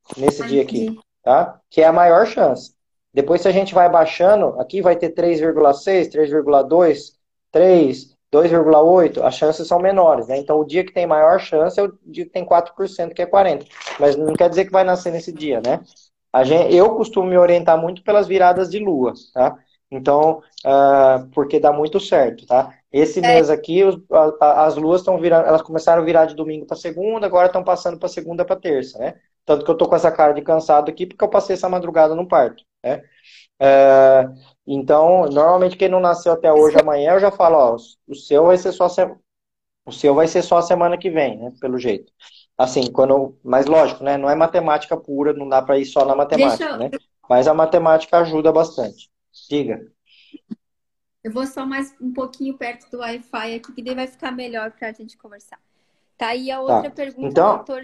nesse Ah, dia aqui, entendi. tá? Que é a maior chance. Depois, se a gente vai baixando, aqui vai ter 3,6, 3,2, 3, 2,8, as chances são menores, né? Então, o dia que tem maior chance é o dia que tem 4%, que é 40. Mas não quer dizer que vai nascer nesse dia, né? Eu costumo me orientar muito pelas viradas de lua, tá? Então, porque dá muito certo, tá? Esse É, mês aqui, as luas estão virando, elas começaram a virar de domingo para segunda, agora estão passando para segunda para terça, né? Tanto que eu tô com essa cara de cansado aqui, porque eu passei essa madrugada no parto, né? É, então, normalmente quem não nasceu até hoje, amanhã, eu já falo, ó, o seu vai ser só o seu vai ser só a semana que vem, né? Pelo jeito. Assim, mas lógico, né? Não é matemática pura, não dá para ir só na matemática, deixa né? Mas a matemática ajuda bastante. Diga. eu vou só mais um pouquinho perto do Wi-Fi aqui, que daí vai ficar melhor para a gente conversar. Tá aí a outra Tá. pergunta, Então, doutor.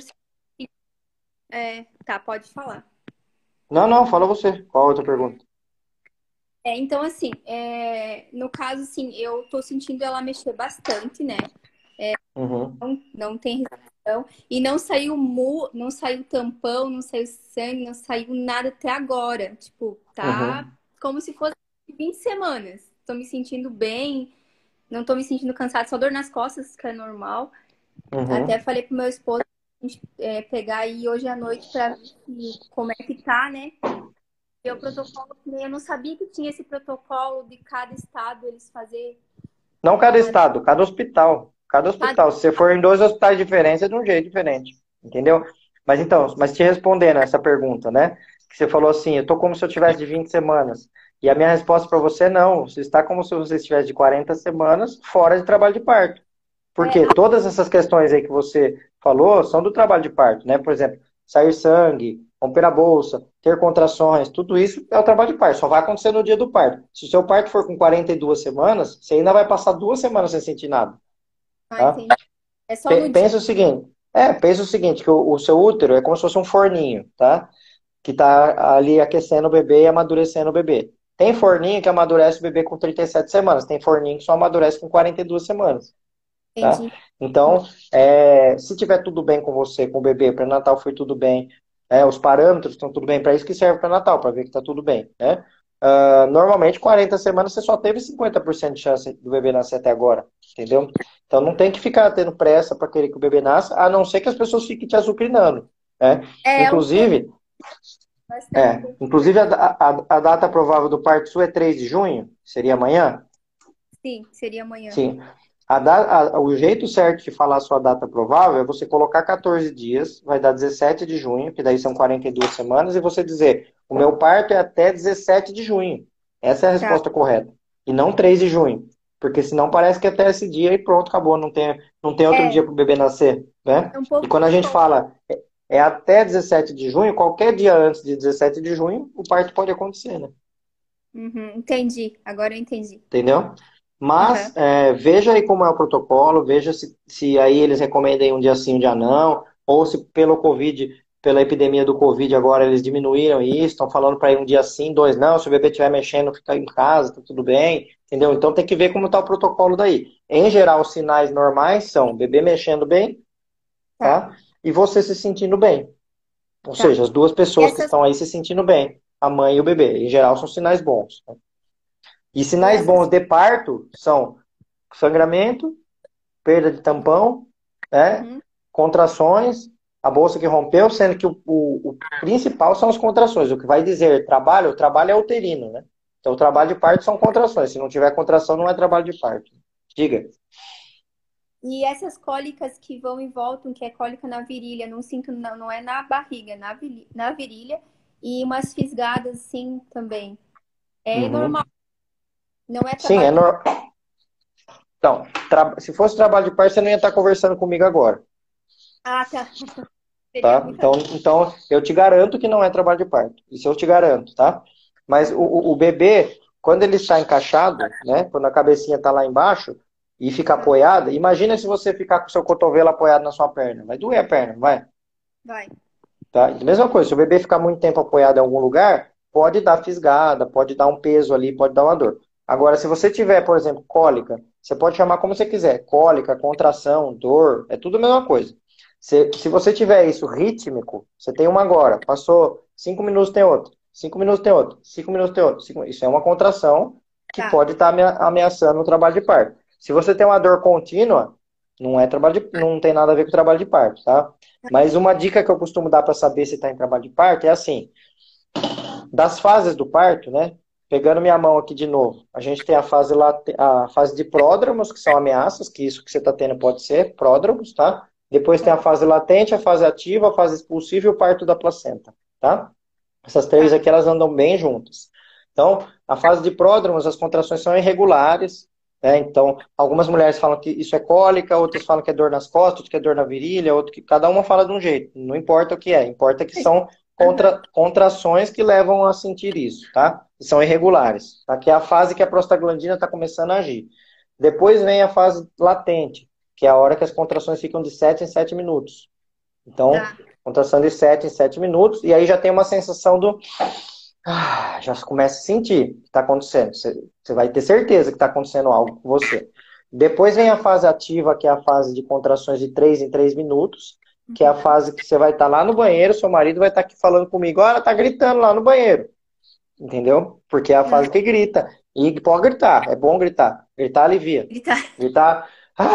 Tá, pode falar. não, fala você. Qual a outra pergunta? Então, assim, no caso, assim, eu tô sentindo ela mexer bastante, né? Uhum, Não tem restrição. E não saiu tampão, não saiu sangue, não saiu nada até agora. Tipo, tá uhum, como se fosse 20 semanas. Tô me sentindo bem, não tô me sentindo cansada, só dor nas costas, que é normal. Até uhum. falei pro meu esposo a gente, pegar aí hoje à noite pra ver como é que tá, né? E o protocolo, eu não sabia que tinha esse protocolo de cada estado eles fazer Não cada cada, estado, cada hospital. Cada cada... hospital. Se você for em dois hospitais diferentes, é de um jeito diferente. Entendeu? Mas então, te respondendo essa pergunta, né? Que você falou assim, eu tô como se eu tivesse de 20 semanas. E a minha resposta para você é não. Você está como se você estivesse de 40 semanas fora de trabalho de parto. Porque todas essas questões aí que você falou são do trabalho de parto, né? Por exemplo, sair sangue, romper a bolsa, ter contrações, tudo isso é o trabalho de parto, só vai acontecer no dia do parto. Se o seu parto for com 42 semanas, você ainda vai passar 2 semanas sem sentir nada, tá? entendi. É só no dia. Pensa o seguinte, que o seu útero é como se fosse um forninho, tá? Que tá ali aquecendo o bebê e amadurecendo o bebê. Tem forninho que amadurece o bebê com 37 semanas, tem forninho que só amadurece com 42 semanas. Tá? Entendi. Então, se tiver tudo bem com você, com o bebê, pré-natal foi tudo bem, os parâmetros estão tudo bem, para isso que serve o pré-natal, para ver que está tudo bem, né? Normalmente, 40 semanas você só teve 50% de chance do bebê nascer até agora, entendeu? Então não tem que ficar tendo pressa para querer que o bebê nasça, a não ser que as pessoas fiquem te azucrinando, né? Um pouco, Inclusive, bastante. a data provável do parto sua é 3 de junho, seria amanhã? Sim, seria amanhã. Sim. O jeito certo de falar a sua data provável é você colocar 14 dias, vai dar 17 de junho, que daí são 42 semanas, e você dizer: o meu parto é até 17 de junho. Essa é a Tá. resposta correta. E não 3 de junho. Porque senão parece que até esse dia e pronto, acabou. Não tem outro dia É, para o bebê nascer, né? um E pouco quando a gente só. fala até 17 de junho, qualquer dia antes de 17 de junho, o parto pode acontecer, né? Uhum, entendi. Agora eu entendi. Entendeu? Mas Aham. veja aí como é o protocolo, veja se aí eles recomendam um dia sim, um dia não, ou se pelo Covid, pela epidemia do Covid agora eles diminuíram isso, estão falando para ir um dia sim, dois não, se o bebê estiver mexendo, fica em casa, tá tudo bem, entendeu? Então tem que ver como está o protocolo daí. Em geral, os sinais normais são bebê mexendo bem, Tá, tá? E você se sentindo bem. Ou tá. seja, as duas E pessoas que essas, estão aí se sentindo bem, a mãe e o bebê. Em geral, são sinais bons, né? E e sinais essas, bons de parto são sangramento, perda de tampão, né? uhum, Contrações, a bolsa que rompeu, sendo que o principal são as contrações. O que vai dizer trabalho, o trabalho é uterino, né? Então, o trabalho de parto são contrações. Se não tiver contração, não é trabalho de parto. Diga. e essas cólicas que vão e voltam, que é cólica na virilha, não sinto, não, não é na barriga, é na virilha, e umas fisgadas assim também. É normal, Uhum. não é Sim, trabalho. Então, se fosse trabalho de parto, você não ia estar conversando comigo agora, Ah, tá. Seria tá? muita. Então, eu te garanto que não é trabalho de parto. Isso eu te garanto, tá? Mas o, Uhum. o bebê, quando ele está encaixado, né? Quando a cabecinha está lá embaixo e fica apoiada, imagina se você ficar com o seu cotovelo apoiado na sua perna. Vai doer a perna, não vai? Vai. Tá? E mesma coisa, se o bebê ficar muito tempo apoiado em algum lugar, pode dar fisgada, pode dar um peso ali, pode dar uma dor. Agora, se você tiver, por exemplo, cólica, você pode chamar como você quiser. Cólica, contração, dor, é tudo a mesma coisa. Se você tiver isso rítmico, você tem uma agora, passou 5 minutos, tem outro. 5 minutos tem outro. 5 minutos tem outro. Isso é uma contração que Tá. pode estar ameaçando o trabalho de parto. Se você tem uma dor contínua, não é trabalho não tem nada a ver com o trabalho de parto, tá? Mas uma dica que eu costumo dar para saber se está em trabalho de parto é assim: das fases do parto, né? Pegando minha mão aqui de novo, a gente tem a fase de pródromos, que são ameaças, que isso que você está tendo pode ser pródromos, tá? Depois tem a fase latente, a fase ativa, a fase expulsiva e o parto da placenta, tá? Essas três aqui, elas andam bem juntas. Então, a fase de pródromos, as contrações são irregulares, né? Então, algumas mulheres falam que isso é cólica, outras falam que é dor nas costas, outras que é dor na virilha, outro que cada uma fala de um jeito. Não importa o que é, importa que são contrações que levam a sentir isso, tá? Que são irregulares, tá? Que é a fase que a prostaglandina está começando a agir. Depois vem a fase latente, que é a hora que as contrações ficam de 7 em 7 minutos. Então, contração de 7 em 7 minutos, e aí já tem uma sensação do... já começa a sentir o que está acontecendo. Você vai ter certeza que está acontecendo algo com você. Depois vem a fase ativa, que é a fase de contrações de 3 em 3 minutos, que é a fase que você vai estar lá no banheiro, seu marido vai estar aqui falando comigo, olha, tá gritando lá no banheiro. Entendeu? Porque é a fase que grita. E pode gritar, é bom gritar. Gritar alivia. Gritar,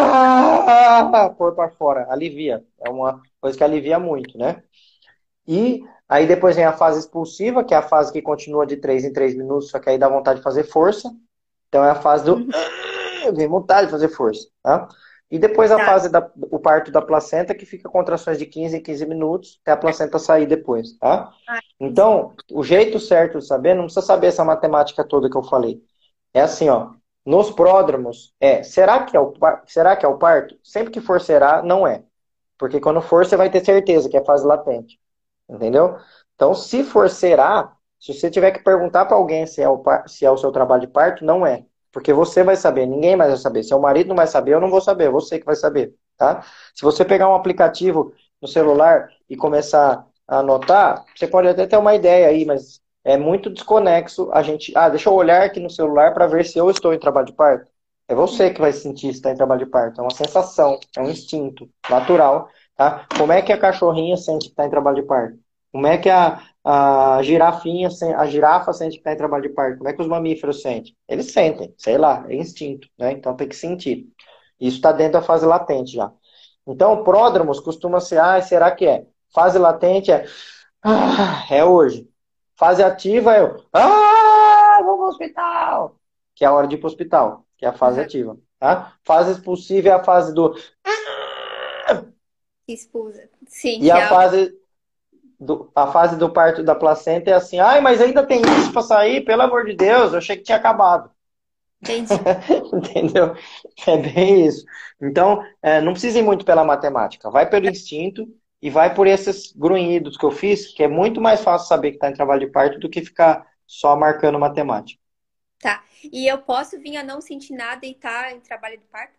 pôr para fora, alivia. É uma coisa que alivia muito, né? E aí depois vem a fase expulsiva, que é a fase que continua de 3 em 3 minutos, só que aí dá vontade de fazer força. Então é a fase do... vem vontade de fazer força, tá? E depois a fase o parto da placenta, que fica contrações de 15 em 15 minutos, até a placenta sair depois, tá? Então, o jeito certo de saber, não precisa saber essa matemática toda que eu falei. É assim, ó. Nos pródromos, será que é o parto? Sempre que for será, não é. Porque quando for, você vai ter certeza que é fase latente. Entendeu? Então, se for será, se você tiver que perguntar para alguém se é o seu trabalho de parto, não é. Porque você vai saber, ninguém mais vai saber. Seu marido não vai saber, eu não vou saber, você que vai saber, tá? Se você pegar um aplicativo no celular e começar a anotar, você pode até ter uma ideia aí, mas é muito desconexo a gente... deixa eu olhar aqui no celular para ver se eu estou em trabalho de parto. É você que vai sentir se está em trabalho de parto. É uma sensação, é um instinto natural, tá? Como é que a cachorrinha sente que está em trabalho de parto? Como é que a girafa sente que está em trabalho de parto? Como é que os mamíferos sentem? Eles sentem, sei lá, é instinto, né? Então tem que sentir. Isso está dentro da fase latente já. Então, pródromos costuma ser, será que é? Fase latente é hoje. Fase ativa vamos pro hospital, que é a hora de ir pro hospital, que é a fase ativa, tá? Fase expulsiva é a fase do... Expulsa. Sim, e a fase do parto da placenta é assim, mas ainda tem isso para sair, pelo amor de Deus, eu achei que tinha acabado. Entendi. Entendeu? É bem isso. Então, não precisa ir muito pela matemática, vai pelo instinto e vai por esses grunhidos que eu fiz, que é muito mais fácil saber que está em trabalho de parto do que ficar só marcando matemática. Tá. E eu posso vir a não sentir nada e estar em trabalho de parto?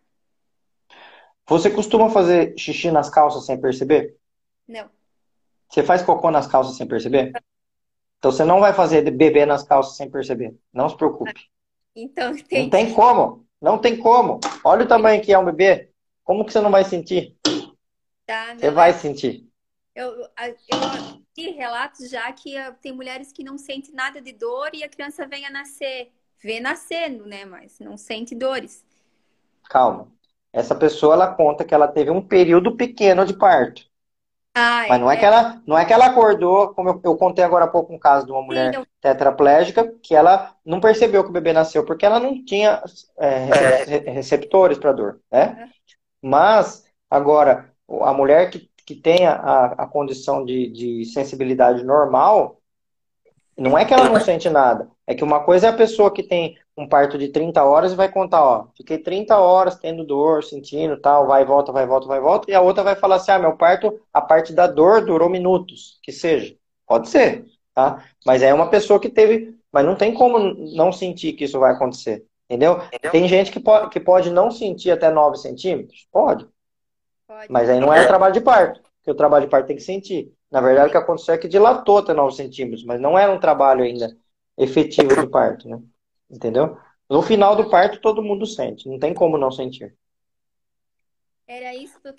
Você costuma fazer xixi nas calças sem perceber? Não. Você faz cocô nas calças sem perceber? Então você não vai fazer bebê nas calças sem perceber. Não se preocupe. Então, entendi. Não tem como. Não tem como. Olha o tamanho que é um bebê. Como que você não vai sentir? Tá, você vai sentir. Eu vi relatos já que tem mulheres que não sentem nada de dor e a criança vem a nascer. Vê nascendo, né? Mas não sente dores. Calma. Essa pessoa, ela conta que ela teve um período pequeno de parto. Mas não é que ela acordou, como eu contei agora há pouco um caso de uma mulher tetraplégica, que ela não percebeu que o bebê nasceu, porque ela não tinha receptores para dor, né? Mas, agora, a mulher que tem a condição de sensibilidade normal, não é que ela não sente nada. É que uma coisa é a pessoa que tem um parto de 30 horas e vai contar, fiquei 30 horas tendo dor, sentindo, tal, vai e volta, vai e volta, vai e volta. E a outra vai falar assim, meu parto, a parte da dor durou minutos, que seja. Pode ser, tá? Mas é uma pessoa que teve... Mas não tem como não sentir que isso vai acontecer, entendeu? Tem gente que pode não sentir até 9 centímetros? Pode. Mas aí não é o trabalho de parto, porque o trabalho de parto tem que sentir. Na verdade, o que aconteceu é que dilatou até 9 centímetros, mas não era um trabalho ainda efetivo de parto, né? Entendeu? No final do parto, todo mundo sente. Não tem como não sentir. Era isso, doutor.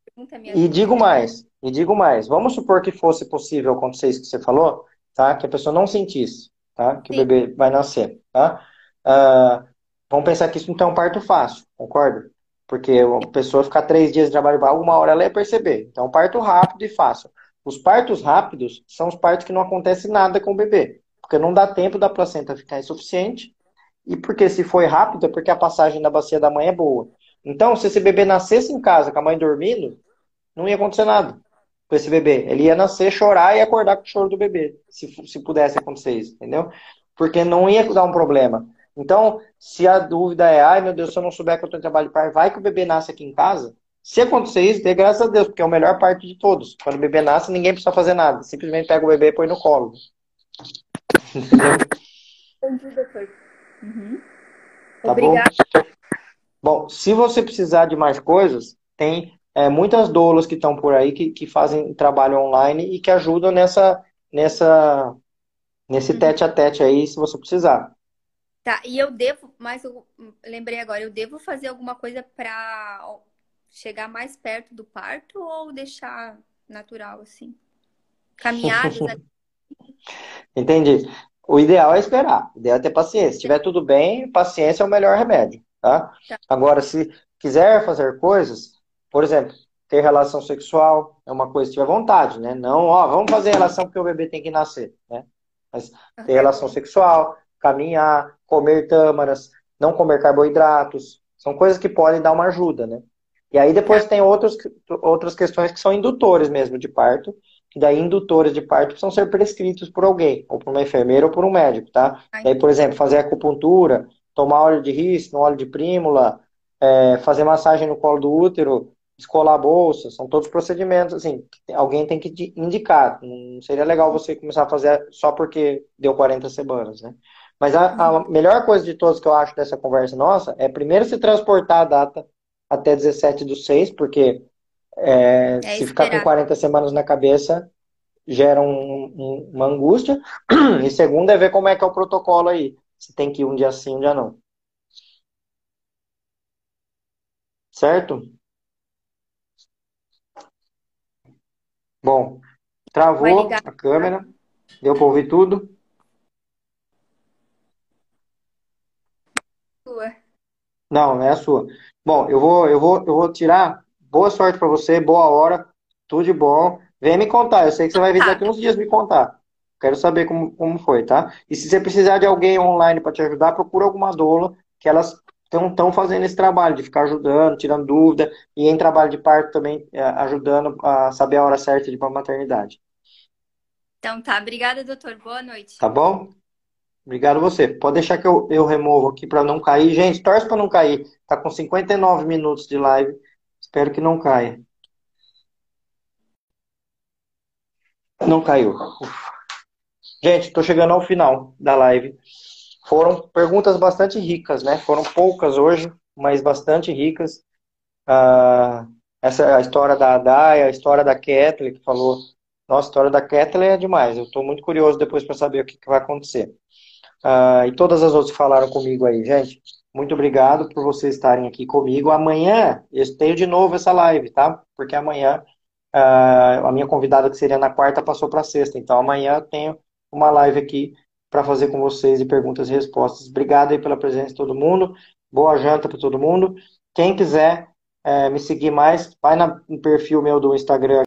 pergunta, minha E digo dúvida. mais. Vamos supor que fosse possível acontecer isso que você falou, tá? Que a pessoa não sentisse, tá? Que o Sim, bebê vai nascer, tá? Ah, vamos pensar que isso não é um parto fácil, concorda? Porque a pessoa ficar 3 dias de trabalho, uma hora ela ia perceber. Então, parto rápido e fácil. Os partos rápidos são os partos que não acontece nada com o bebê, porque não dá tempo da placenta ficar insuficiente e porque se foi rápido é porque a passagem da bacia da mãe é boa. Então, se esse bebê nascesse em casa com a mãe dormindo, não ia acontecer nada com esse bebê. Ele ia nascer, chorar e acordar com o choro do bebê, se pudesse acontecer isso, entendeu? Porque não ia dar um problema. Então, se a dúvida é, ai meu Deus, se eu não souber que eu estou em trabalho de parto, vai que o bebê nasce aqui em casa? Se acontecer isso, dê graças a Deus, porque é o melhor parto de todos. Quando o bebê nasce, ninguém precisa fazer nada. Simplesmente pega o bebê e põe no colo. Entendeu? entendi, doutor. Uhum. Tá bom? Obrigada. Bom, se você precisar de mais coisas, tem muitas doulas que estão por aí que fazem trabalho online e que ajudam nesse Uhum. tete a tete aí, se você precisar. Tá, e eu devo, mas eu lembrei agora, eu devo fazer alguma coisa para chegar mais perto do parto ou deixar natural assim? Caminhadas ali. Entendi. O ideal é esperar. O ideal é ter paciência. Se estiver tudo bem, paciência é o melhor remédio, tá? Tá. Agora, se quiser fazer coisas, por exemplo, ter relação sexual é uma coisa que tiver vontade, né? Não, ó, vamos fazer relação porque o bebê tem que nascer, né? Mas ter É relação bom. sexual, caminhar, comer tâmaras, não comer carboidratos, são coisas que podem dar uma ajuda, né? E aí depois Tá. tem outras questões que são indutores mesmo de parto, que daí indutores de parto precisam ser prescritos por alguém, ou por uma enfermeira ou por um médico, tá? Tá. Daí, por exemplo, fazer acupuntura, tomar óleo de rícino, óleo de prímula, fazer massagem no colo do útero, escolar a bolsa, são todos procedimentos, assim, que alguém tem que te indicar. Não seria legal você começar a fazer só porque deu 40 semanas, né? Mas Uhum. a melhor coisa de todas que eu acho dessa conversa nossa é primeiro se transportar a data até 17/6, porque É se ficar com esperar. 40 semanas na cabeça, gera uma angústia. E segundo é ver como é que é o protocolo aí. Se tem que ir um dia sim, um dia não. Certo? Bom, Vai travou ligar a a câmera. Deu para ouvir tudo? sua. Não, não é a sua. Bom, eu vou tirar. Boa sorte para você, boa hora, tudo de bom. Vem me contar. Eu sei que você vai vir Tá. daqui uns dias me contar. Quero saber como foi, tá? E se você precisar de alguém online para te ajudar, procura alguma doula que elas estão fazendo esse trabalho de ficar ajudando, tirando dúvida e em trabalho de parto também ajudando a saber a hora certa de ir para a maternidade. Então tá. Obrigada, doutor. Boa noite. Tá bom? Obrigado você. Pode deixar que eu removo aqui para não cair. Gente, torce para não cair. Tá com 59 minutos de live. Espero que não caia. Não caiu. Gente, estou chegando ao final da live. Foram perguntas bastante ricas, né? Foram poucas hoje, mas bastante ricas. Ah, essa é a história da Adai, a história da Kathleen, que falou. Nossa, a história da Kathleen é demais. Eu estou muito curioso depois para saber o que vai acontecer. E todas as outras que falaram comigo aí, gente. Muito obrigado por vocês estarem aqui comigo. Amanhã eu tenho de novo essa live, tá? Porque amanhã a minha convidada, que seria na quarta, passou para sexta. Então amanhã eu tenho uma live aqui para fazer com vocês de perguntas e respostas. Obrigado aí pela presença de todo mundo. Boa janta para todo mundo. Quem quiser me seguir mais, vai no perfil meu do Instagram